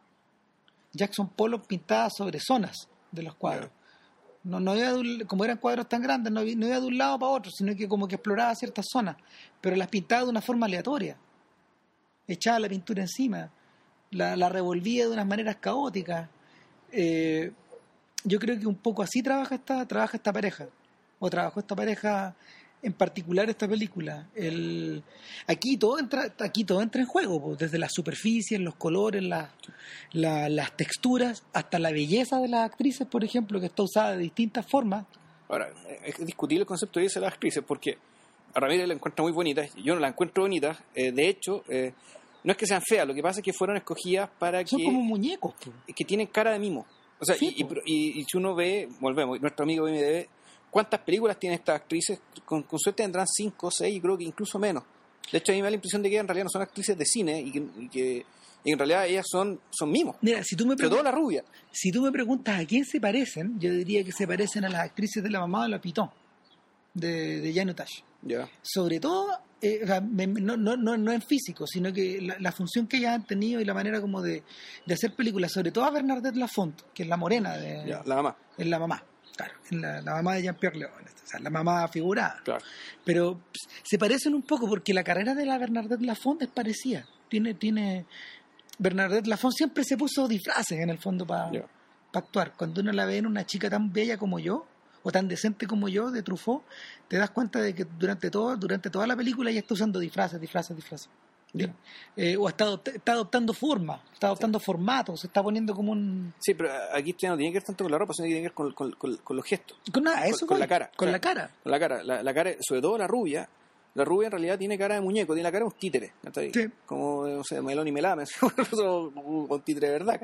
Jackson Pollock pintaba sobre zonas de los cuadros. Yeah. No, no iba de, como eran cuadros tan grandes, no, no iba de un lado para otro, sino que como que exploraba ciertas zonas, pero las pintaba de una forma aleatoria. Echaba la pintura encima, la, la revolvía de unas maneras caóticas. Eh, yo creo que un poco así trabaja esta, trabaja esta pareja, o trabajó esta pareja en particular esta película. El, aquí todo entra, aquí todo entra en juego, pues, desde las superficies, los colores, la, la, las texturas, hasta la belleza de las actrices, por ejemplo, que está usada de distintas formas. Ahora, es discutible el concepto de belleza de las actrices, porque a Ramírez la encuentra muy bonita, yo no la encuentro bonita, eh, de hecho, eh, no es que sean feas, lo que pasa es que fueron escogidas para Son que... Son como muñecos, pues. Que tienen cara de mimo. O sea, sí, y, y, y, y si uno ve, volvemos, nuestro amigo I M D B, ¿cuántas películas tienen estas actrices? Con, con suerte tendrán cinco, seis, y creo que incluso menos. De hecho, a mí me da la impresión de que en realidad no son actrices de cine y que, y que y en realidad ellas son, son mimos. Mira, si tú me Pero toda la rubia. Si tú me preguntas a quién se parecen, yo diría que se parecen a las actrices de La mamá de la Pitón, de, de Jeanne Otage. Yeah. Sobre todo, eh, no, no, no, no en físico, sino que la, la función que ellas han tenido y la manera como de, de hacer películas, sobre todo a Bernadette Lafont, que es la morena de... Yeah, la mamá. Es la mamá. Claro, la, la mamá de Jean-Pierre Léaud, o sea, la mamá figurada. Claro. Pero pues, se parecen un poco porque la carrera de la Bernadette Lafont es parecida. Tiene, tiene... Bernadette Lafont siempre se puso disfraces en el fondo para yeah. pa actuar. Cuando uno la ve en una chica tan bella como yo, o tan decente como yo, de Truffaut, te das cuenta de que durante todo, durante toda la película ella está usando disfraces, disfraces, disfraces. Yeah. Eh, o está, está adoptando forma, está adoptando sí. formatos, se está poniendo como un... Sí, pero aquí ya no tiene que ver tanto con la ropa, sino que tiene que ver con, con, con, con los gestos. Con nada, eso con, con la cara. Con o sea, la cara. Con la cara. La, la cara, sobre todo la rubia. La rubia en realidad tiene cara de muñeco, tiene la cara de un títere, sí. como, no sé, Melón y Melame, un títere de verdad.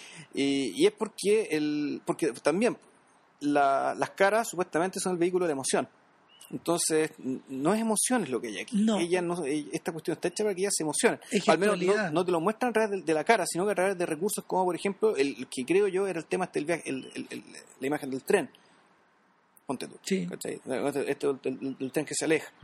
Y, y es porque, el, porque también la, las caras supuestamente son el vehículo de emoción. Entonces, no es emociones lo que hay aquí. No. Ella no, esta cuestión está hecha para que ella se emocione. Es Al menos no, no te lo muestran a través de, de la cara, sino que a través de recursos como, por ejemplo, el, el que creo yo era el tema este del viaje, el, el, el, la imagen del tren. Ponte tú. Sí. ¿Cachai? Este, el, el, el tren que se aleja.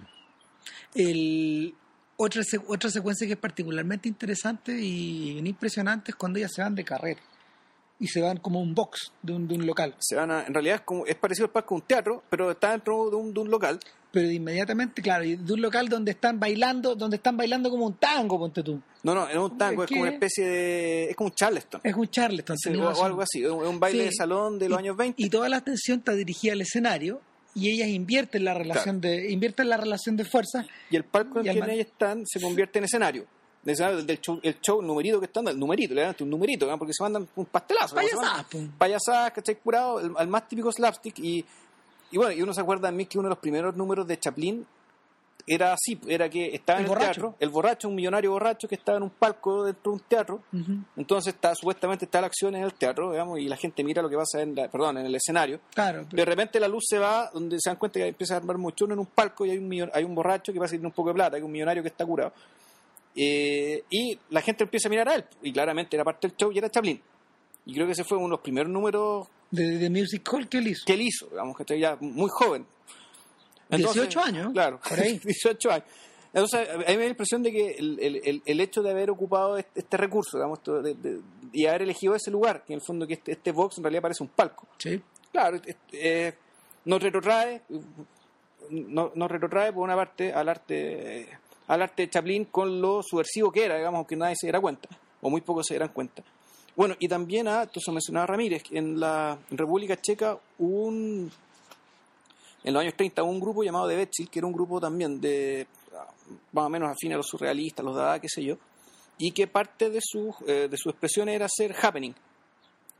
El, otra, otra secuencia que es particularmente interesante y impresionante es cuando ellas se van de carrera y se van como un box de un, de un local. Se van a, en realidad es, como, es parecido al parque de un teatro, pero está dentro de un, de un local. Pero inmediatamente, claro, de un local donde están bailando, donde están bailando como un tango, ponte tú. No, no, es un tango, es como una especie de... es como un charleston. Es un charleston. Sí, o, o algo así, es un baile sí. de salón de los y, años veinte. Y toda la atención está dirigida al escenario. Y ellas invierten la relación claro. de invierten la relación de fuerza. Y el palco en el que man... ellas están se convierte en escenario. De escenario del show, el show, el numerito que están, el numerito, le dan un numerito, ¿no? Porque se mandan un pastelazo. Payasadas. Payasadas, ¿cachai? Curado, el, al más típico slapstick. Y, y bueno, y uno se acuerda a mí que uno de los primeros números de Chaplin era así, era que estaba el en el borracho. teatro, el borracho, un millonario borracho que estaba en un palco dentro de un teatro, uh-huh. entonces está, supuestamente está la acción en el teatro, digamos, y la gente mira lo que pasa en la, perdón, en el escenario. Claro, pero... De repente la luz se va, donde se dan cuenta que empieza a armar mucho en un palco y hay un millon, hay un borracho que va a salir un poco de plata, hay un millonario que está curado. Eh, y la gente empieza a mirar a él, y claramente era parte del show y era Chaplin. Y creo que ese fue uno de los primeros números de, de Music Hall que él hizo. Que él hizo, digamos, que ya muy joven. Entonces, dieciocho años, claro, por ahí. dieciocho años. Entonces, a mí me da la impresión de que el, el, el hecho de haber ocupado este, este recurso, digamos, de, de, y haber elegido ese lugar, que en el fondo que este, este box en realidad parece un palco. Sí. Claro, eh, nos retrotrae, no, nos retrotrae por una parte al arte, al arte de Chaplin con lo subversivo que era, digamos, aunque nadie se diera cuenta, o muy pocos se dieran cuenta. Bueno, y también a, entonces mencionaba Ramírez, en la en República Checa hubo un... En los años treinta hubo un grupo llamado De Betchil, que era un grupo también de más o menos afín a los surrealistas, los Dada, qué sé yo, y que parte de sus eh, de sus expresiones era hacer happening.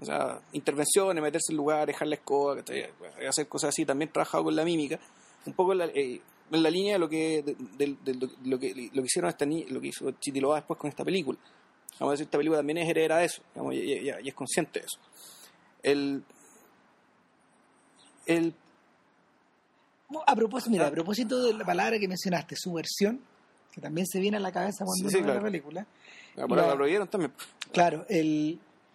O sea, intervenciones, meterse en lugares, dejar la escoba, hacer cosas así. También trabajado con la mímica. Un poco en la, eh, en la línea de lo que de, de, de, de, lo que lo que hicieron esta ni, lo que hizo Chitiloa después con esta película. Vamos a decir, esta película también es heredera de eso, digamos, y, y, y es consciente de eso. El el a propósito, mira, a propósito de la palabra que mencionaste, subversión, que también se viene a la cabeza cuando sí, uno sí, ve claro. la película. La palabra lo vieron también. Claro, el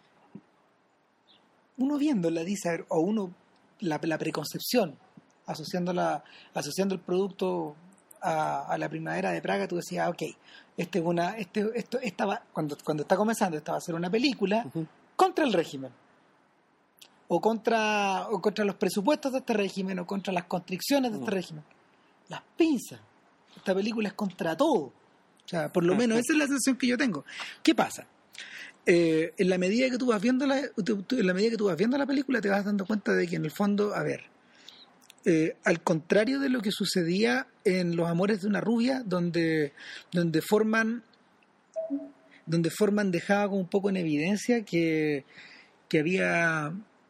uno viéndola dice, o uno la, la preconcepción, asociando la, asociando el producto a, a la primavera de Praga, tú decías, ok, este es una, este, esto, esta va, cuando, cuando está comenzando, esta va a ser una película uh-huh. contra el régimen. O contra, o contra los presupuestos de este régimen, o contra las constricciones de este uh-huh. régimen. Las pinzas. Esta película es contra todo. O sea, por lo menos esa es la sensación que yo tengo. ¿Qué pasa? Eh, en la medida que tú vas viendo la, en la medida que tú vas viendo la película, te vas dando cuenta de que en el fondo, a ver, eh, al contrario de lo que sucedía en Los Amores de una Rubia, donde, donde forman, donde forman dejaba como un poco en evidencia que, que había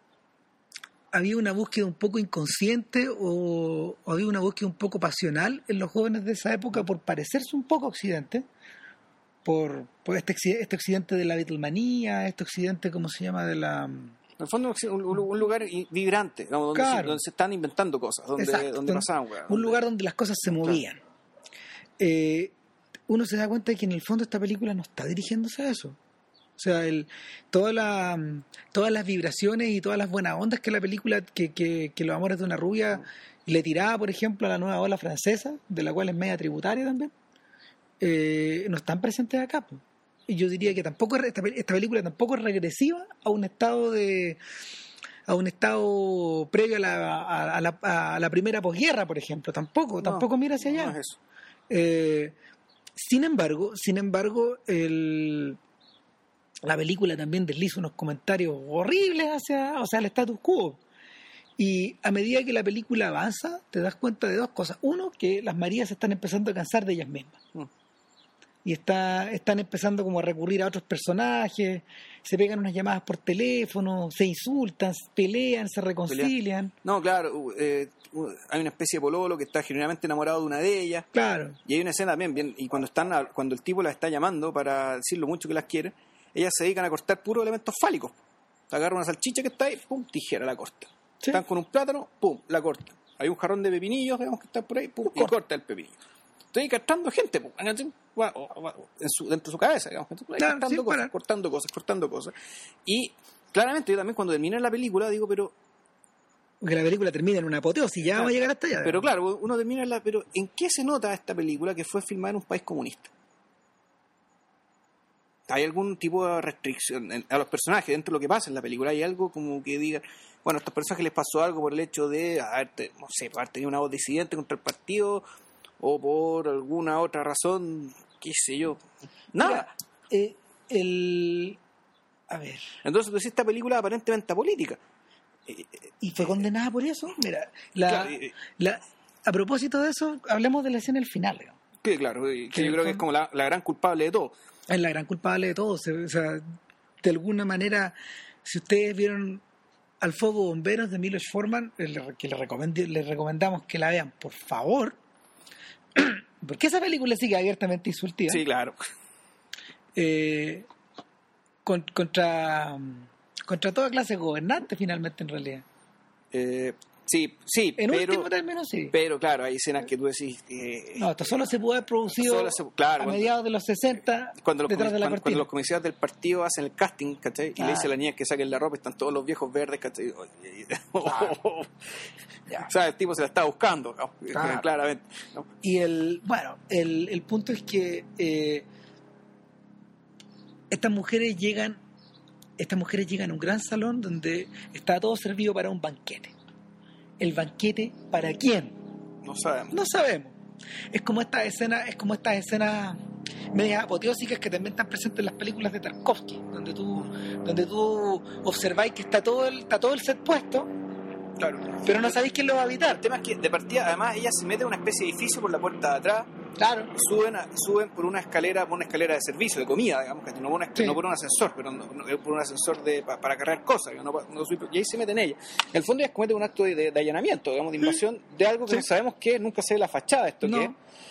había una búsqueda un poco inconsciente o, o había una búsqueda un poco pasional en los jóvenes de esa época por parecerse un poco a Occidente, por, por este, este Occidente de la Beatlemanía, este Occidente, ¿cómo se llama? De la... En el fondo, un, un lugar vibrante, digamos, donde, claro. se, donde se están inventando cosas, donde, Exacto, donde pasaban. Bueno, un donde... lugar donde las cosas se movían. Claro. Eh, uno se da cuenta de que en el fondo esta película no está dirigiéndose a eso. O sea, el, toda la, todas las vibraciones y todas las buenas ondas que la película, que, que, que Los Amores de una Rubia le tiraba, por ejemplo, a la nueva ola francesa, de la cual es media tributaria también, eh, no están presentes acá. Y yo diría que tampoco esta, esta película tampoco es regresiva a un estado de a un estado previo a la, a, a la, a la primera posguerra, por ejemplo. Tampoco, no, tampoco mira hacia allá. No es eso. Eh, sin embargo, sin embargo, el la película también desliza unos comentarios horribles hacia, o sea, el status quo. Y a medida que la película avanza, te das cuenta de dos cosas. Uno, que las Marías se están empezando a cansar de ellas mismas. Mm. Y está, están empezando como a recurrir a otros personajes, se pegan unas llamadas por teléfono, se insultan, pelean, se reconcilian. No, claro, eh, hay una especie de pololo que está genuinamente enamorado de una de ellas. Claro. Y hay una escena también, bien, y cuando están cuando el tipo las está llamando para decir lo mucho que las quiere, ellas se dedican a cortar puros elementos fálicos. Agarran una salchicha que está ahí, pum, tijera, la corta. ¿Sí? Están con un plátano, pum, la corta. Hay un jarrón de pepinillos, digamos, que está por ahí, pum, y corta. corta el pepinillo. Estoy castrando gente, pum, en su, dentro de su cabeza, digamos. Estoy claro, cortando, cosas, cortando cosas, cortando cosas. Y claramente yo también cuando termina la película digo, pero... Porque la película termina en una apoteosis, ya claro, vamos a llegar hasta allá. Pero claro, uno termina en la... Pero ¿en qué se nota esta película que fue filmada en un país comunista? ¿Hay algún tipo de restricción a los personajes dentro de lo que pasa en la película? ¿Hay algo como que diga, bueno, a estos personajes les pasó algo por el hecho de haber, no sé, haber tenido una voz disidente contra el partido o por alguna otra razón, qué sé yo? Nada. Mira, eh, el... A ver. Entonces tú decís, esta película aparentemente política. ¿Y fue condenada por eso? Mira, la, claro, eh, la, a propósito de eso, hablemos de la escena del final. ¿no? Que claro, que yo creo que es como la, la gran culpable de todo. Es la gran culpable de todo. O sea, de alguna manera, si ustedes vieron Al Fuego Bomberos de Milos Forman, que les, recomend, les recomendamos que la vean, por favor, porque esa película sigue abiertamente insultiva. Sí, claro. Eh, con, contra, contra toda clase de gobernantes, finalmente, en realidad. Eh... Sí, sí, en pero, último término sí. Pero claro, hay escenas que tú decís... Eh, no, esto solo se pudo haber producido se, claro, a mediados de los sesenta cuando los, detrás de la cuando, cuando los comisarios del partido hacen el casting, ¿cachai? Y ah. le dice a la niña que saquen la ropa y están todos los viejos verdes, ¿cachai? Claro. O sea, el tipo se la está buscando, ¿no? Claro. Claramente, ¿no? Y el, bueno, el, el punto es que eh, estas mujeres llegan, estas mujeres llegan a un gran salón donde está todo servido para un banquete. ¿El banquete para quién? No sabemos. No sabemos. Es como estas escenas, es como estas escenas medias apoteósicas que también están presentes en las películas de Tarkovsky, donde tú, donde tú observáis que está todo el, está todo el set puesto, claro, pero no sabéis quién lo va a habitar. El tema es que de partida, además, ella se mete en una especie de edificio por la puerta de atrás, Claro. Suben, a, suben por una escalera, por una escalera de servicio, de comida, digamos, no por, una, sí. no por un ascensor, pero no, no, por un ascensor de, para, para cargar cosas, no, no, y ahí se meten ella. En el fondo ellas cometen un acto de, de, de allanamiento, digamos, de invasión sí. de algo que sí. no sabemos qué, nunca se ve la fachada, esto no. que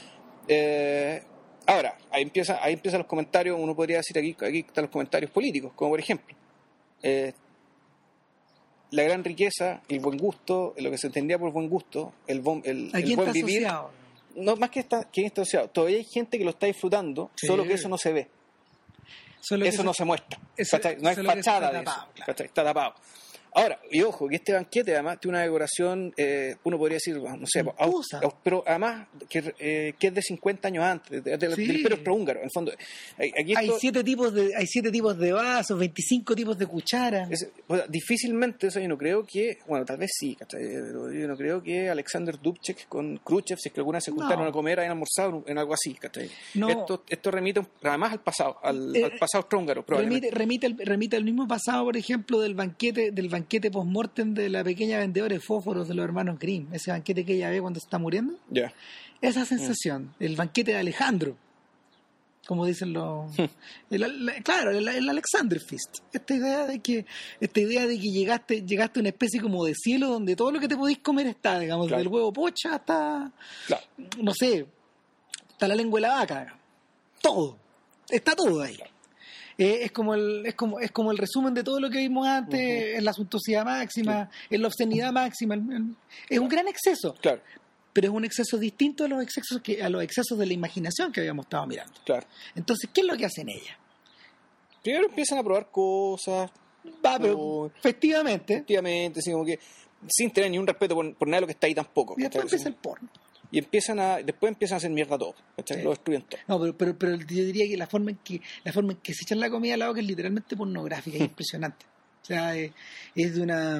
eh, ahora, ahí empieza, ahí empiezan los comentarios, uno podría decir, aquí, aquí están los comentarios políticos, como por ejemplo, eh, la gran riqueza, el buen gusto, lo que se entendía por buen gusto, el, bon, el, el buen vivir. Asociado? No, más que está, que está asociado. Todavía hay gente que lo está disfrutando, sí. solo que eso no se ve. Solo eso no se, se muestra. Eso, no hay fachada de tapado, eso. Claro. Está tapado. Ahora, y ojo, que este banquete además tiene una decoración, eh, uno podría decir, no sé, aus, aus, pero además que, eh, que es de cincuenta años antes, de, de, sí. del Imperio Austrohúngaro, en el fondo. Aquí esto, hay, siete tipos de, hay siete tipos de vasos, veinticinco tipos de cucharas. Es, o sea, difícilmente, o sea, yo no creo que, bueno, tal vez sí, pero yo no creo que Alexander Dubček con Khrushchev, si es que alguna se juntaron no. a comer, hayan almorzado en algo así, no. esto, esto remite además al pasado, al, eh, al pasado austrohúngaro, probablemente. Remite, remite, remite al mismo pasado, por ejemplo, del banquete, del banquete banquete post-mortem de la pequeña vendedora de fósforos de los hermanos Grimm, ese banquete que ella ve cuando se está muriendo. Yeah. Esa sensación, mm. el banquete de Alejandro, como dicen los... el, el, claro, el, el Alexander Feast. Esta idea de que esta idea de que llegaste llegaste a una especie como de cielo donde todo lo que te podís comer está, digamos, claro. desde el huevo pocha hasta... Claro. No sé, hasta la lengua de la vaca, digamos. Todo. Está todo ahí. Claro. Eh, es como el es como es como el resumen de todo lo que vimos antes, uh-huh. en la suntuosidad máxima, sí. en la obscenidad máxima. El, el, es claro. un gran exceso, claro. pero es un exceso distinto a los excesos que a los excesos de la imaginación que habíamos estado mirando. Claro. Entonces, ¿qué es lo que hacen ellas? Primero empiezan a probar cosas, va, pero o, efectivamente, efectivamente, así como que sin tener ni un respeto por, por nada de lo que está ahí tampoco. Y después empieza el porno. Y empiezan a, después empiezan a hacer mierda todo, sí. lo destruyen todo. No, pero, pero, pero yo diría que la forma en que la forma en que se echan la comida a la boca es literalmente pornográfica, es impresionante. O sea, es, es de una...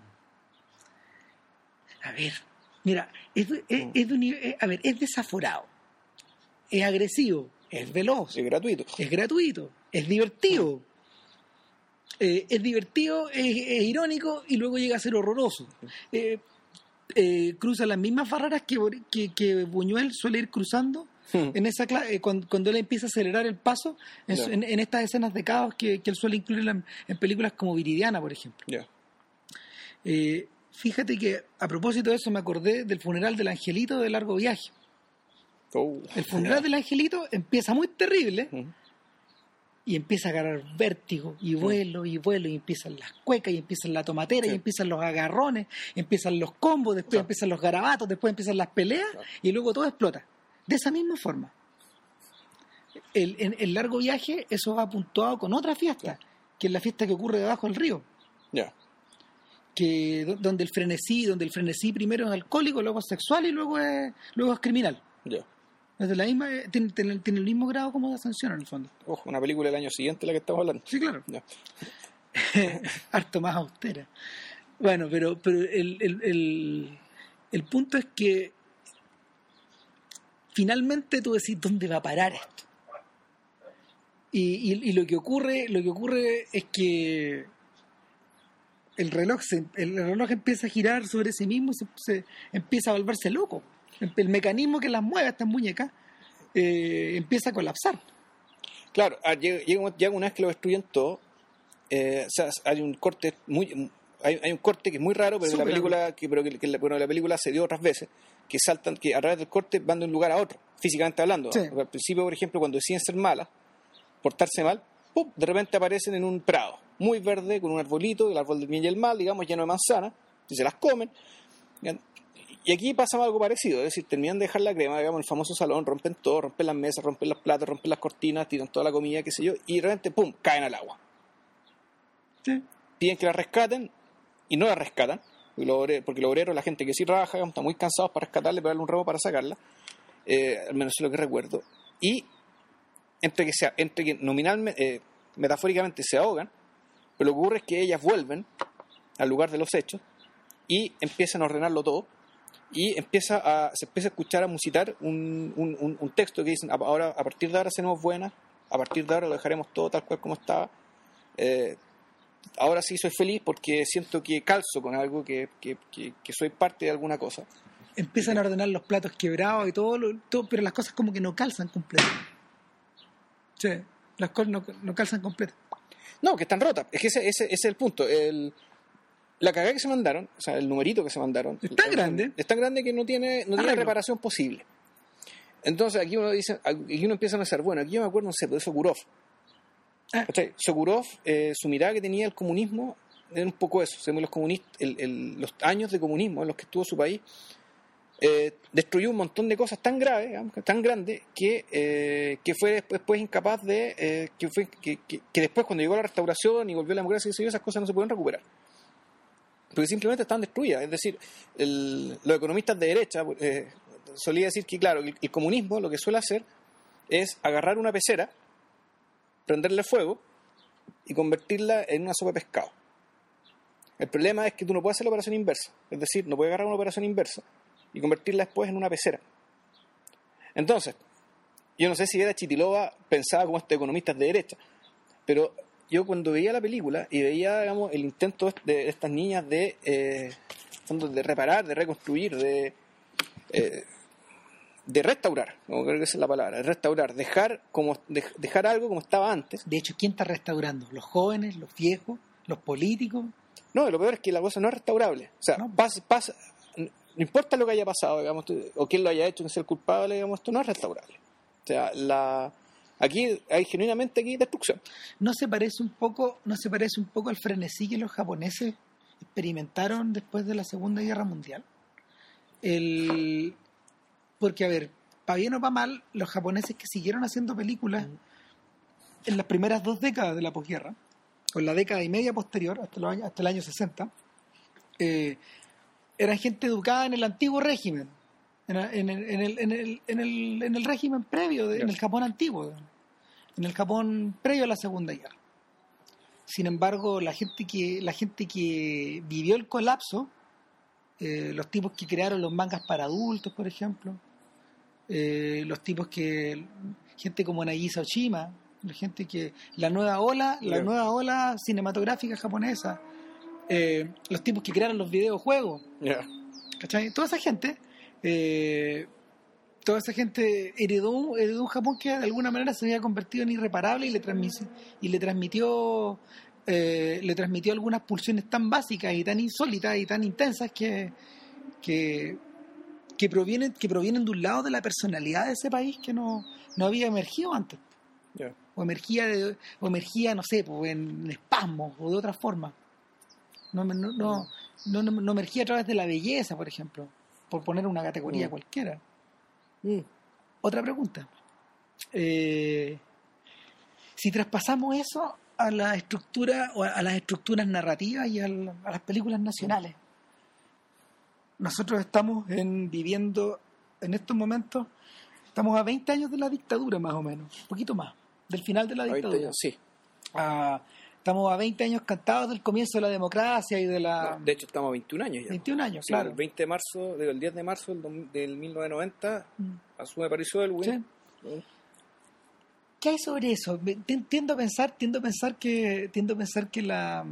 A ver, mira, es, es, es de un nivel, a ver, es desaforado, es agresivo, es veloz, es gratuito, es gratuito, es divertido, mm. eh, es divertido, es, es irónico y luego llega a ser horroroso. Eh, Eh, cruza las mismas barreras que, que, que Buñuel suele ir cruzando hmm. en esa eh, cuando, cuando él empieza a acelerar el paso en, yeah. en, en estas escenas de caos que, que él suele incluir en, en películas como Viridiana, por ejemplo. Yeah. Eh, fíjate que a propósito de eso me acordé del funeral del Angelito de Largo Viaje. Oh. El funeral yeah. del Angelito empieza muy terrible hmm. y empieza a agarrar vértigo y vuelo y vuelo y empiezan las cuecas y empiezan la tomatera sí. y empiezan los agarrones, empiezan los combos, después claro. empiezan los garabatos, después empiezan las peleas claro. y luego todo explota. De esa misma forma. El, en el Largo Viaje eso va puntuado con otra fiesta, claro. que es la fiesta que ocurre debajo del río. Yeah. Que donde el frenesí, donde el frenesí primero es alcohólico, luego es sexual y luego es, luego es criminal. Yeah. Es de la misma, tiene, tiene, tiene el mismo grado como de ascensión en el fondo. Ojo, una película del año siguiente de la que estamos hablando. Sí, claro. Yeah. Harto más austera. Bueno, pero, pero el, el, el, el punto es que finalmente tú decís dónde va a parar esto. Y, y, y lo que ocurre, lo que ocurre es que el reloj se, el reloj empieza a girar sobre sí mismo y se, se empieza a volverse loco. El, el mecanismo que las mueve, estas muñecas, eh, empieza a colapsar. Claro, llega, llega una vez que lo destruyen todo, eh, o sea, hay un corte muy, hay, hay un corte que es muy raro, pero Super la película, que, pero que, que la, bueno, la película se dio otras veces, que saltan, que a través del corte van de un lugar a otro, físicamente hablando. Sí. Al principio, por ejemplo, cuando deciden ser malas, portarse mal, ¡pum!, de repente aparecen en un prado muy verde, con un arbolito, el árbol del bien y el mal, digamos, lleno de manzanas, y se las comen. Y aquí pasa algo parecido, es decir, terminan de dejar la crema, digamos, en el famoso salón, rompen todo, rompen las mesas, rompen los platos, rompen las cortinas, tiran toda la comida, qué sé yo, y de repente, ¡pum!, caen al agua. Sí. Piden que la rescaten, y no la rescatan, porque los obreros, porque los obreros, la gente que sí trabaja, digamos, están muy cansados para rescatarle, pegarle un remo para sacarla, eh, al menos es lo que recuerdo, y entre que, sea, entre que nominalmente, eh, metafóricamente se ahogan, pero lo que ocurre es que ellas vuelven al lugar de los hechos, y empiezan a ordenarlo todo, y empieza a, se empieza a escuchar, a musitar un, un, un texto que dicen: ahora, a partir de ahora seremos buenas, a partir de ahora lo dejaremos todo tal cual como estaba, eh, ahora sí soy feliz porque siento que calzo con algo, que, que, que, que soy parte de alguna cosa, empiezan a ordenar los platos quebrados y todo, lo, todo pero las cosas como que no calzan completo. Sí, las cosas no, no calzan completo. No, que están rotas. Es que ese, ese, ese es el punto. El, la cagada que se mandaron, o sea, el numerito que se mandaron... Es tan grande. Es tan grande que no tiene, no tiene reparación posible. Entonces aquí uno dice, aquí uno empieza a pensar, bueno, aquí yo me acuerdo, no sé, de Sokurov. Ah. Sokurov, eh, su mirada que tenía el comunismo era un poco eso. Los comunistas, el, el, los años de comunismo en los que estuvo su país, eh, destruyó un montón de cosas tan graves, digamos, tan grandes, que, eh, que fue después, después incapaz de... Eh, que, fue, que, que, que después cuando llegó la restauración y volvió la democracia, esas cosas no se pudieron recuperar. Porque simplemente estaban destruidas. Es decir, el, los economistas de derecha... Eh, solía decir que, claro, el, el comunismo lo que suele hacer es agarrar una pecera, prenderle fuego y convertirla en una sopa de pescado. El problema es que tú no puedes hacer la operación inversa. Es decir, no puedes agarrar una operación inversa y convertirla después en una pecera. Entonces, yo no sé si Vera Chitilova pensaba como estos economistas de derecha, pero yo cuando veía la película y veía, digamos, el intento de estas niñas de, eh, de reparar, de reconstruir, de... Eh, de restaurar, como creo que esa es la palabra, de restaurar, dejar como de, dejar algo como estaba antes. De hecho, ¿quién está restaurando? ¿Los jóvenes, los viejos, los políticos? No, lo peor es que la cosa no es restaurable. O sea, no, pasa, pasa, no importa lo que haya pasado, digamos, o quién lo haya hecho, quién sea el culpable, digamos, esto no es restaurable. O sea, la aquí hay genuinamente aquí destrucción. ¿No se parece un poco, no se parece un poco al frenesí que los japoneses experimentaron después de la Segunda Guerra Mundial? El Porque, a ver, para bien o para mal, los japoneses que siguieron haciendo películas en las primeras dos décadas de la posguerra, o en la década y media posterior, hasta, los años, hasta el año sesenta, eh, eran gente educada en el antiguo régimen, en, en, el, en, el, en, el, en, el, en el régimen previo, de, en el Japón antiguo, en el Japón previo a la Segunda Guerra. Sin embargo, la gente que, la gente que vivió el colapso, eh, los tipos que crearon los mangas para adultos, por ejemplo, Eh, los tipos que gente como Nagisa Oshima, la gente que la nueva ola la yeah. nueva ola cinematográfica japonesa, eh, los tipos que crearon los videojuegos, yeah. ¿cachai? Toda esa gente eh, toda esa gente heredó, heredó un Japón que de alguna manera se había convertido en irreparable y le transmitió y le transmitió eh, le transmitió algunas pulsiones tan básicas y tan insólitas y tan intensas que que que provienen que provienen de un lado de la personalidad de ese país que no, no había emergido antes. Yeah. O emergía de, o emergía, no sé, pues en espasmos o de otra forma. No, no, no, no, no, no emergía a través de la belleza, por ejemplo, por poner una categoría mm. cualquiera. Mm. Otra pregunta. Eh, si traspasamos eso a la estructura o a las estructuras narrativas y a, la, a las películas nacionales, nosotros estamos en, viviendo en estos momentos, estamos a veinte años de la dictadura más o menos, un poquito más, del final de la dictadura. veinte años, sí. Ah, estamos a veinte años cantados del comienzo de la democracia y de la... No, de hecho estamos a veintiún años ya. veintiún años, sí, claro. El veinte de marzo, el diez de marzo del, del mil novecientos noventa, mm. asume Aparicio del Win. Sí. ¿Mm? ¿Qué hay sobre eso? Tiendo a pensar, tiendo a pensar que, tiendo a pensar que la...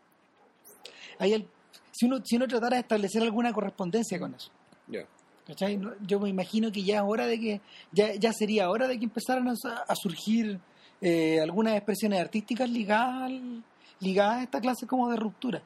hay el Si uno, si uno tratara de establecer alguna correspondencia con eso. Yeah. ¿Cachai? Yo me imagino que ya es hora de que, ya, ya sería hora de que empezaran a, a surgir eh, algunas expresiones artísticas ligadas, al, ligadas a esta clase como de ruptura.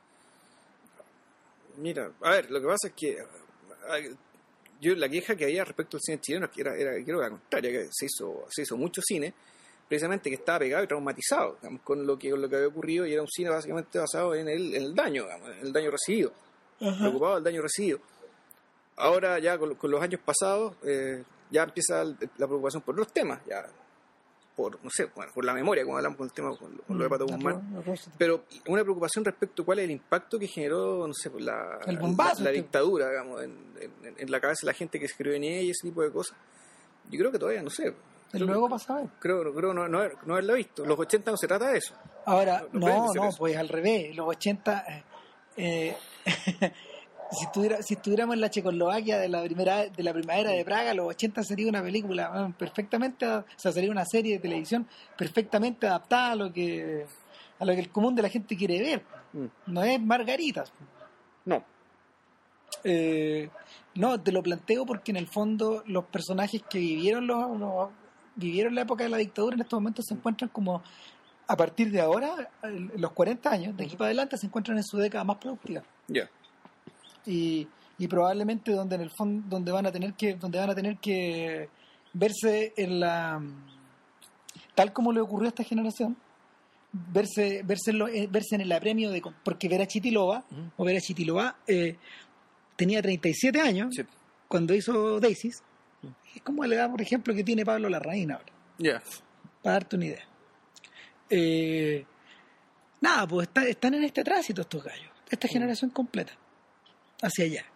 Mira, a ver, lo que pasa es que yo la queja que había respecto al cine chileno era, era creo que la contraria, que se hizo, se hizo mucho cine precisamente que estaba pegado y traumatizado, digamos, con lo que con lo que había ocurrido, y era un cine básicamente basado en el, en el daño, digamos, en el daño recibido, uh-huh. preocupado del daño recibido. Ahora ya con, con los años pasados eh, ya empieza la preocupación por los temas, ya por no sé, bueno, por la memoria, como hablamos con el tema con, con lo de Pato Guzmán, pero una preocupación respecto a cuál es el impacto que generó, no sé, por la, el bombazo, la, la dictadura, digamos, en, en, en la cabeza de la gente que escribió en ella y ese tipo de cosas. Yo creo que todavía no sé. El luego pasa a ver. Creo, creo no, no, no haberlo visto. Los ochenta no se trata de eso. Ahora, no, no, no pues al revés. Los ochenta, eh, si, estuviera, si estuviéramos en la Checoslovaquia de la primera de la primavera de Praga, los ochenta sería una película bueno, perfectamente, o sea, sería una serie de televisión perfectamente adaptada a lo que a lo que el común de la gente quiere ver. Mm. No es Margaritas. No. Eh, no, te lo planteo porque en el fondo los personajes que vivieron los, los vivieron la época de la dictadura en estos momentos se encuentran como a partir de ahora, en los cuarenta años, de aquí para adelante, se encuentran en su década más productiva. Ya. Yeah. Y, y probablemente donde en el fondo donde van a tener que donde van a tener que verse en la tal como le ocurrió a esta generación, verse verse en, lo, verse en el apremio de porque Vera Chitilova uh-huh. o Vera Chitilova eh, tenía treinta y siete años sí. cuando hizo Daisies. Uh-huh. Es como la edad, por ejemplo, que tiene Pablo Larraín ahora. Ya. Yeah. Para darte una idea. Eh, nada, pues está, están en este tránsito estos gallos, esta uh-huh. generación completa, hacia allá.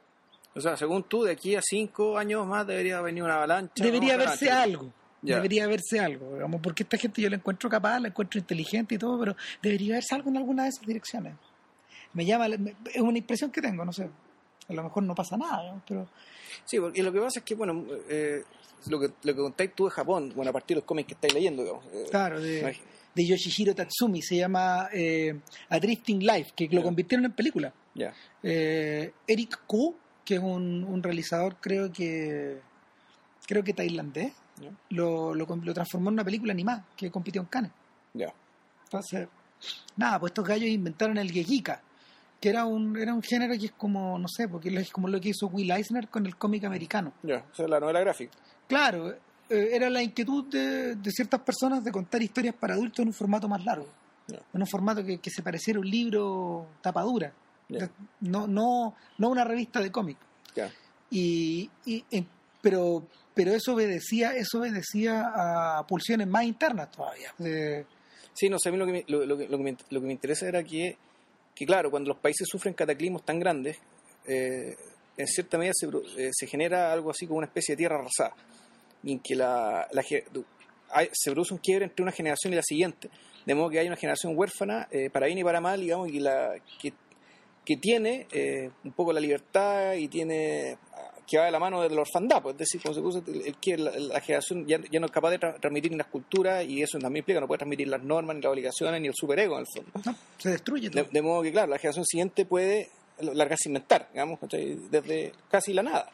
O sea, según tú, de aquí a cinco años más debería venir una avalancha. Debería verse algo. Yeah. Debería verse algo, digamos, porque esta gente yo la encuentro capaz, la encuentro inteligente y todo, pero debería verse algo en alguna de esas direcciones. Me llama, es una impresión que tengo, no sé, a lo mejor no pasa nada, ¿no? Pero sí, porque lo que pasa es que, bueno, eh, lo que lo que contáis tú de Japón, bueno, a partir de los cómics que estáis leyendo, digamos. Eh, claro, de, de Yoshihiro Tatsumi, se llama eh, A Drifting Life, que lo yeah. convirtieron en película. Yeah. Eh, Eric Koo, que es un, un realizador, creo que creo que tailandés, yeah. lo, lo, lo transformó en una película animada que compitió en Cannes. Yeah. Entonces, nada, pues estos gallos inventaron el Gekika, que era un era un género que es como, no sé, porque es como lo que hizo Will Eisner con el cómic americano. Ya, yeah. O sea, la novela gráfica. Claro, eh, era la inquietud de, de ciertas personas de contar historias para adultos en un formato más largo, yeah. en un formato que, que se pareciera a un libro tapadura. Yeah. No, no, no una revista de cómic. Yeah. Y, y eh, pero, pero eso obedecía, eso obedecía a pulsiones más internas todavía. De... Sí, no sé, a mí lo que me, lo, lo, que, lo, que me, lo que me interesa era que, que, claro, cuando los países sufren cataclismos tan grandes, eh, en cierta medida se, eh, se genera algo así como una especie de tierra arrasada, en que la, la, hay, se produce un quiebre entre una generación y la siguiente, de modo que hay una generación huérfana, eh, para bien y para mal, digamos, y la que que tiene eh, un poco la libertad y tiene que va de la mano del orfandad, pues, es decir, como se puso, el, el, la, la generación ya, ya no es capaz de tra- transmitir ni las culturas, y eso también implica que no puede transmitir las normas, ni las obligaciones, ni el superego en el fondo. No, se destruye todo. De, de modo que, claro, la generación siguiente puede largarse a inventar, digamos, desde casi la nada.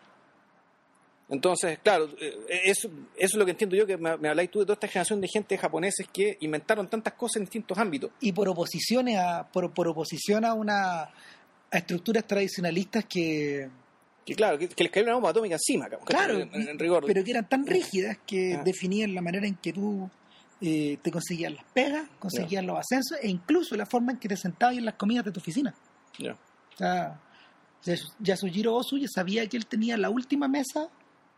Entonces, claro, eso, eso es lo que entiendo yo, que me, me habláis tú de toda esta generación de gente japoneses que inventaron tantas cosas en distintos ámbitos. Y por oposiciones a, por, por oposición a una a estructuras tradicionalistas que... Que claro, que, que les cayó una bomba atómica encima, claro, en, en rigor. Pero que eran tan rígidas que ah. definían la manera en que tú eh, te conseguías las pegas, conseguías yeah. los ascensos, e incluso la forma en que te sentabas en las comidas de tu oficina. Yeah. O sea, Yasujiro Ozu ya sabía que él tenía la última mesa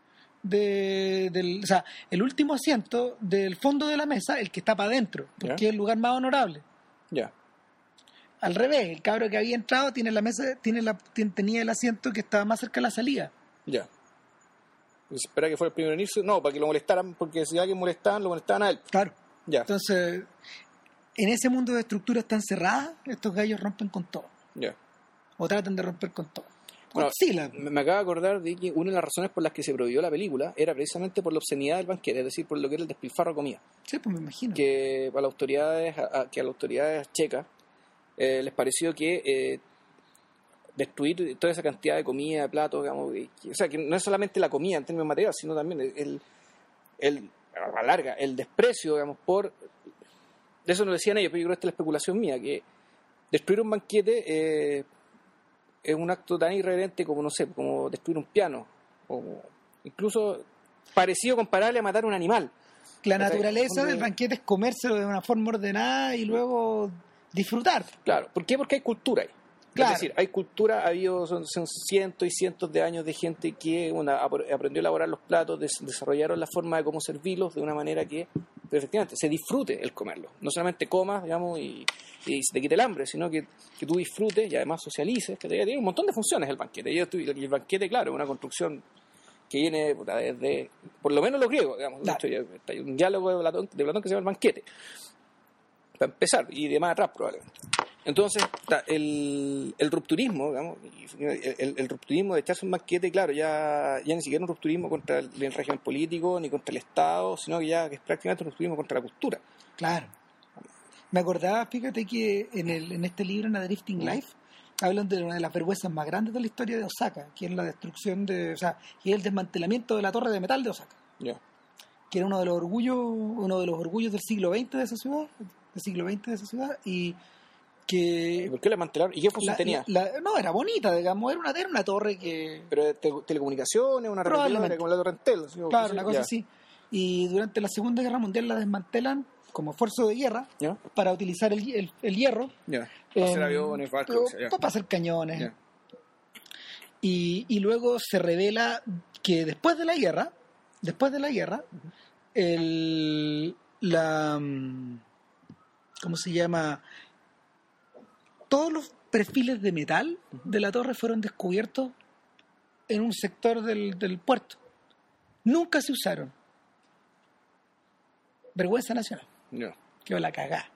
de, del, o sea, el último asiento del fondo de la mesa, el que está para adentro, porque yeah. es el lugar más honorable. Ya. Yeah. Al revés, el cabro que había entrado tiene la mesa, tiene la, tiene, tenía el asiento que estaba más cerca de la salida. Ya. ¿Y se espera que fuera el primero en irse? No, para que lo molestaran, porque si alguien molestaban, lo molestaban a él. Claro. Ya. Entonces, en ese mundo de estructuras tan cerradas, estos gallos rompen con todo. Ya. O tratan de romper con todo. Bueno, sí, la... me acabo de acordar de que una de las razones por las que se prohibió la película era precisamente por la obscenidad del banquete, es decir, por lo que era el despilfarro de comida. Sí, pues me imagino. Que a las autoridades, a, que a las autoridades checas eh, les pareció que eh, destruir toda esa cantidad de comida, de platos, digamos, y, o sea, que no es solamente la comida en términos materiales, sino también el, el, el a la larga, el desprecio, digamos, por... De eso nos decían ellos, pero yo creo que esta es la especulación mía, que destruir un banquete eh, es un acto tan irreverente como, no sé, como destruir un piano, o incluso parecido, comparable a matar un animal. La naturaleza del banquete es comérselo de una forma ordenada y luego disfrutar. Claro, ¿por qué? Porque hay cultura ahí. Claro. Es decir, hay cultura, ha habido son, son cientos y cientos de años de gente que una, aprendió a elaborar los platos, des, desarrollaron la forma de cómo servirlos de una manera que efectivamente se disfrute el comerlo. No solamente comas, digamos, y, y se te quite el hambre, sino que, que tú disfrutes y además socialices, que te, tiene un montón de funciones el banquete. Y el banquete, claro, es una construcción que viene desde, por lo menos los griegos, digamos. Claro. De hecho, hay un diálogo de Platón, de Platón que se llama el banquete, para empezar, y de más atrás probablemente. Entonces, el, el rupturismo, digamos, el, el rupturismo de echarse un banquete, claro, ya, ya ni siquiera un rupturismo contra el, el régimen político ni contra el Estado, sino que ya que es prácticamente un rupturismo contra la cultura. Claro. Me acordaba, fíjate que en, el, en este libro, en A Drifting Life, hablan de una de las vergüenzas más grandes de la historia de Osaka, que es la destrucción de, o sea, que es el desmantelamiento de la torre de metal de Osaka. Yeah. Que era uno de los orgullos, uno de los orgullos del siglo veinte de esa ciudad, del siglo veinte de esa ciudad, y que... ¿Y por qué la mantelaron? ¿Y qué función la, tenía? La, la, no, era bonita, digamos, era una, era una torre que... Pero de te, telecomunicaciones, una repetidora como la torre Entel. ¿Sí? Claro, una cosa así. Y durante la Segunda Guerra Mundial la desmantelan como esfuerzo de guerra, ¿ya? Para utilizar el, el, el hierro. Ya. Para eh, hacer aviones, barcos. Para hacer cañones. Ya. Y, y luego se revela que después de la guerra, después de la guerra, uh-huh. el, la... ¿Cómo se llama? Todos los perfiles de metal de la torre fueron descubiertos en un sector del, del puerto. Nunca se usaron. Vergüenza nacional. No. Quedó la cagá.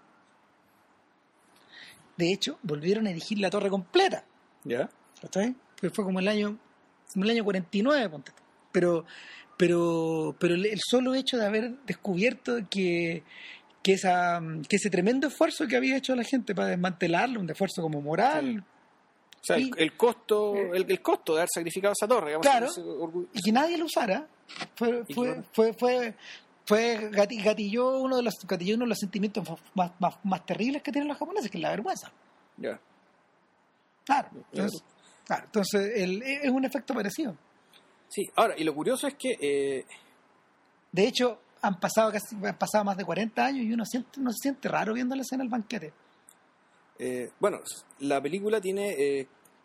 De hecho, volvieron a erigir la torre completa. ¿Ya? ¿Está? Pero fue como el año, como el año cuarenta y nueve, ponte. Pero, pero, pero el solo hecho de haber descubierto que, que, esa, que ese tremendo esfuerzo que había hecho la gente para desmantelarlo, un esfuerzo como moral. Sí. O sea, y, el, el costo el, el costo de haber sacrificado esa torre. Digamos, claro, ese orgu- y que nadie lo usara, fue, fue, fue, fue, fue gatilló uno de los gatilló uno de los sentimientos más, más, más terribles que tienen los japoneses, que es la vergüenza. Ya. Yeah. Claro, entonces, claro, entonces el, es un efecto parecido. Sí, ahora, y lo curioso es que... Eh... De hecho, han pasado casi han pasado más de cuarenta años y uno, siente, uno se siente raro viendo la escena del banquete. Eh, bueno, la película tiene... Eh...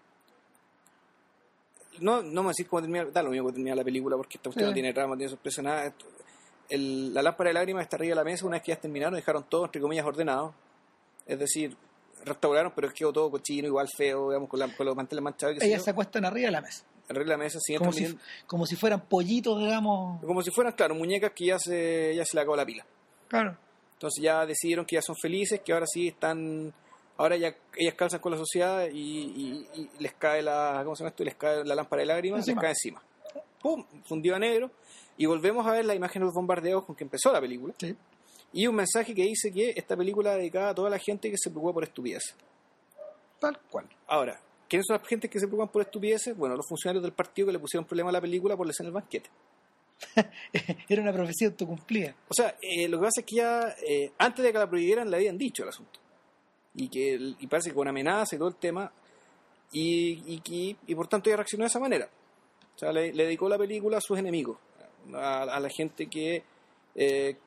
No, no me decís cómo termina... Da lo mismo que termina la película porque esta cuestión sí. No tiene trama, no tiene sorpresa, nada. El, la lámpara de lágrimas está arriba de la mesa. Una vez que ya terminaron, dejaron todo, entre comillas, ordenado. Es decir, restauraron, pero quedó todo cochino, igual feo, digamos, con, la, con los manteles manchados. Ellas se acuestan arriba de la mesa. Arriba de la mesa, sí. Como si, como si fueran pollitos, digamos. Como si fueran, claro, muñecas que ya se, ya se le acabó la pila. Claro. Entonces ya decidieron que ya son felices, que ahora sí están... Ahora ya ellas calzan con la sociedad y, y, y les cae la... ¿Cómo se llama esto? Les cae la lámpara de lágrimas, encima. Les cae encima. ¡Pum! Fundido a negro. Y volvemos a ver la imagen de los bombardeos con que empezó la película. Sí. Y un mensaje que dice que esta película es dedicada a toda la gente que se preocupa por estupideces. Tal cual. Ahora, ¿quiénes son las gente que se preocupan por estupideces? Bueno, los funcionarios del partido que le pusieron problema a la película por la escena del banquete. Era una profecía autocumplida. O sea, eh, lo que pasa es que ya eh, antes de que la prohibieran le habían dicho el asunto. Y que y parece que con amenaza y todo el tema. Y, y, y, y por tanto ella reaccionó de esa manera. O sea, le, le dedicó la película a sus enemigos. A, a la gente que eh,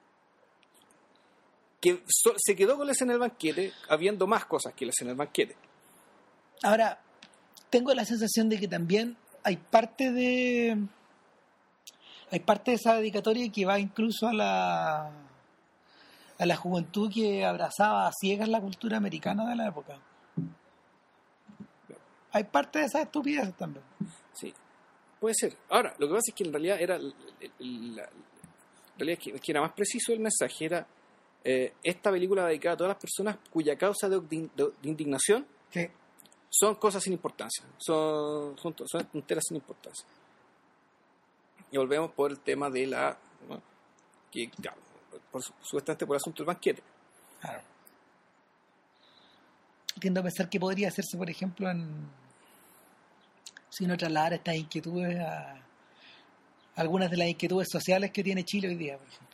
que so, se quedó con la escena del banquete habiendo más cosas que la escena del banquete. Ahora, tengo la sensación de que también hay parte de hay parte de esa dedicatoria que va incluso a la a la juventud que abrazaba a ciegas la cultura americana de la época. Hay parte de esas estupideces también. Sí. Puede ser. Ahora, lo que pasa es que en realidad era la, la, en realidad es que, es que era más preciso el mensaje. Era eh, esta película dedicada a todas las personas cuya causa de, de, de indignación sí. son cosas sin importancia. Son, son, son tonteras sin importancia. Y volvemos por el tema de la... ¿no? que ya, por, supuestamente por el asunto del banquete. Claro. Tiendo a pensar que podría hacerse, por ejemplo, en... si uno trasladara estas inquietudes a algunas de las inquietudes sociales que tiene Chile hoy día, por ejemplo.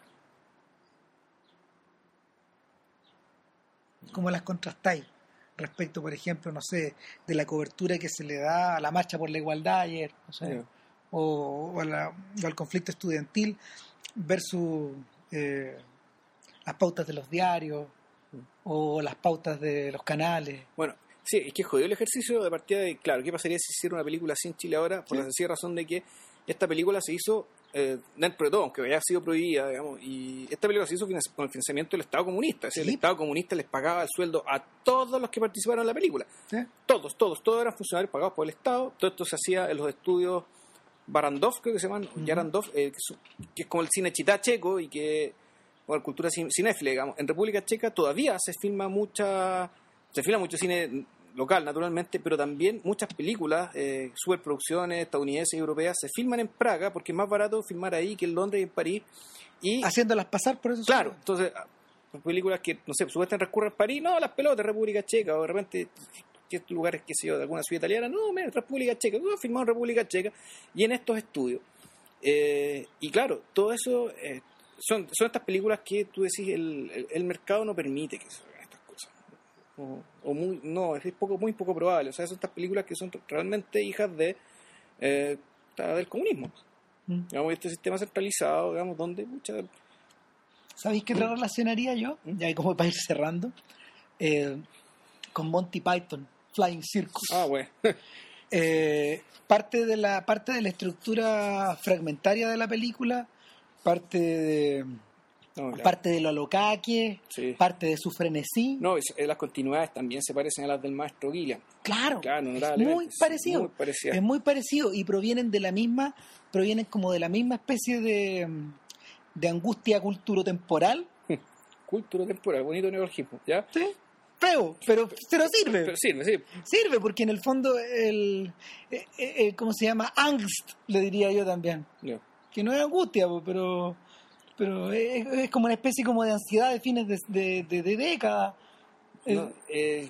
¿Cómo las contrastáis respecto, por ejemplo, no sé, de la cobertura que se le da a la marcha por la igualdad ayer, no sé, sí. o, o, a la, o al conflicto estudiantil versus eh, las pautas de los diarios sí. o las pautas de los canales? Bueno, sí, es que jodió el ejercicio de partida de, claro, ¿qué pasaría si hiciera una película así en Chile ahora? Por sí. la sencilla razón de que esta película se hizo eh, dentro de todo, aunque había sido prohibida, digamos, y esta película se hizo con el financiamiento del Estado comunista, es decir, sí. el Estado comunista les pagaba el sueldo a todos los que participaron en la película. ¿Sí? Todos, todos, todos eran funcionarios pagados por el Estado. Todo esto se hacía en los estudios Barandov, creo que se llaman, uh-huh. Yarandov, eh, que, es, que es como el cine chitá checo y que, bueno, cultura cinéfila, digamos. En República Checa todavía se filma mucha, se filma mucho cine local, naturalmente, pero también muchas películas, eh, superproducciones estadounidenses y europeas, se filman en Praga porque es más barato filmar ahí que en Londres y en París. Y, haciéndolas pasar por eso. Claro, entonces, películas que, no sé, supuestamente recurren a París, no, las pelotas, República Checa, o de repente que lugares, qué sé yo, de alguna ciudad italiana, no, mira, República Checa, todo filmado en República Checa, y en estos estudios. Eh, y claro, todo eso eh, son, son estas películas que tú decís, el, el, el mercado no permite que se hagan estas cosas. O, o muy, no, es poco, muy poco probable. O sea, son estas películas que son realmente hijas de eh, del comunismo. Mm. Digamos, este sistema centralizado, digamos, donde muchas... ¿Sabéis qué te relacionaría yo? Ya como para ir cerrando. Eh, con Monty Python, Flying Circus. Ah, bueno. eh, parte de la parte de la estructura fragmentaria de la película, parte de no, claro. parte de lo alocaque, sí. parte de su frenesí. No, es, las continuidades también se parecen a las del maestro Gilliam. Claro, claro es muy parecido. Muy parecido. Es muy parecido y provienen de la misma, provienen como de la misma especie de de angustia culturotemporal. Culturotemporal, bonito neologismo, ¿ya? Sí. Feo, pero, pero sirve. Pero sirve, sí. Sirve porque en el fondo el, el, el ¿cómo se llama? Angst, le diría yo también. Yeah. Que no es angustia, pero pero es, es como una especie como de ansiedad de fines de, de, de, de década. No, eh,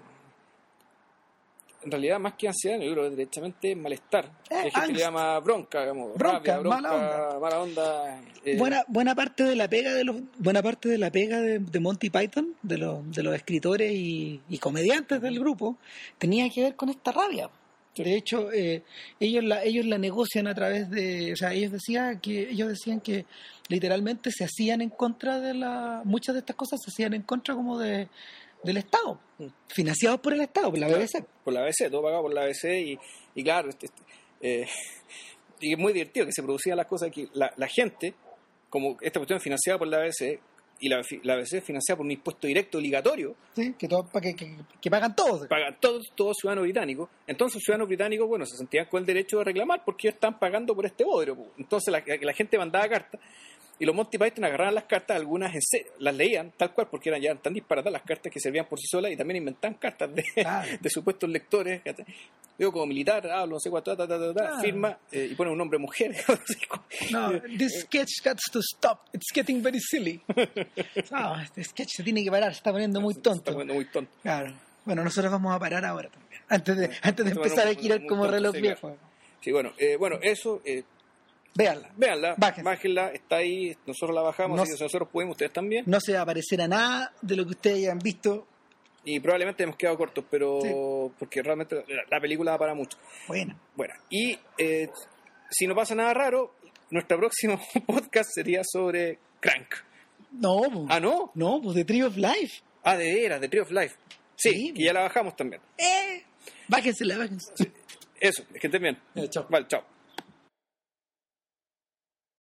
en realidad, más que ansiedad, yo creo que directamente malestar. Eh, Hay gente que le llama bronca, digamos, bronca, rabia, bronca, mala onda. Mala onda eh. buena, buena parte de la pega de los, buena parte de la pega de, de Monty Python, de los, de los escritores y, y comediantes del grupo, tenía que ver con esta rabia. Sí. De hecho, eh, ellos la, ellos la negocian a través de, o sea, ellos decían que, ellos decían que literalmente se hacían en contra de la, muchas de estas cosas se hacían en contra como de del Estado, financiados por el Estado, por la B B C. Por la B B C, todo pagado por la B B C y, y claro, este, este, eh, y es muy divertido que se producían las cosas que la, la gente, como esta cuestión es financiada por la B B C y la, la B B C es financiada por un impuesto directo obligatorio. Sí, que, todo, que, que, que pagan todos. Pagan todos, todos ciudadanos británicos. Entonces los ciudadanos británicos, bueno, se sentían con el derecho de reclamar porque ellos están pagando por este bodrio. Entonces la, la gente mandaba cartas. Y los Monty Python agarraban las cartas, algunas en serio, las leían tal cual porque eran ya tan disparadas las cartas que servían por sí solas y también inventaban cartas de, ah. de supuestos lectores. Digo, como militar, hablo, no sé cuánto, ta, ta, ta, ta, ah. firma eh, y pone un nombre mujer. No, this sketch got to stop, it's getting very silly. No, este sketch se tiene que parar, se está poniendo muy tonto. Se está poniendo muy tonto. Claro. Bueno, nosotros vamos a parar ahora también. Antes de, antes de empezar a girar como reloj sí, viejo. Claro. Sí, bueno, eh, bueno, eso... Eh, Véanla. Véanla, bájenla. bájenla, está ahí, nosotros la bajamos, no, así que nosotros podemos, ustedes también. No se va a parecer a nada de lo que ustedes hayan visto. Y probablemente hemos quedado cortos, pero sí. porque realmente la, la película da para mucho. Buena. Bueno, y eh, si no pasa nada raro, nuestro próximo podcast sería sobre Crank. No. Pues, ¿Ah, no? No, pues The Tree of Life. Ah, de veras, The Tree of Life. Sí, sí y ya la bajamos también. Eh, bájensela, bájensela. Sí. Eso, es que estén bien. Eh, chao. Vale, chao.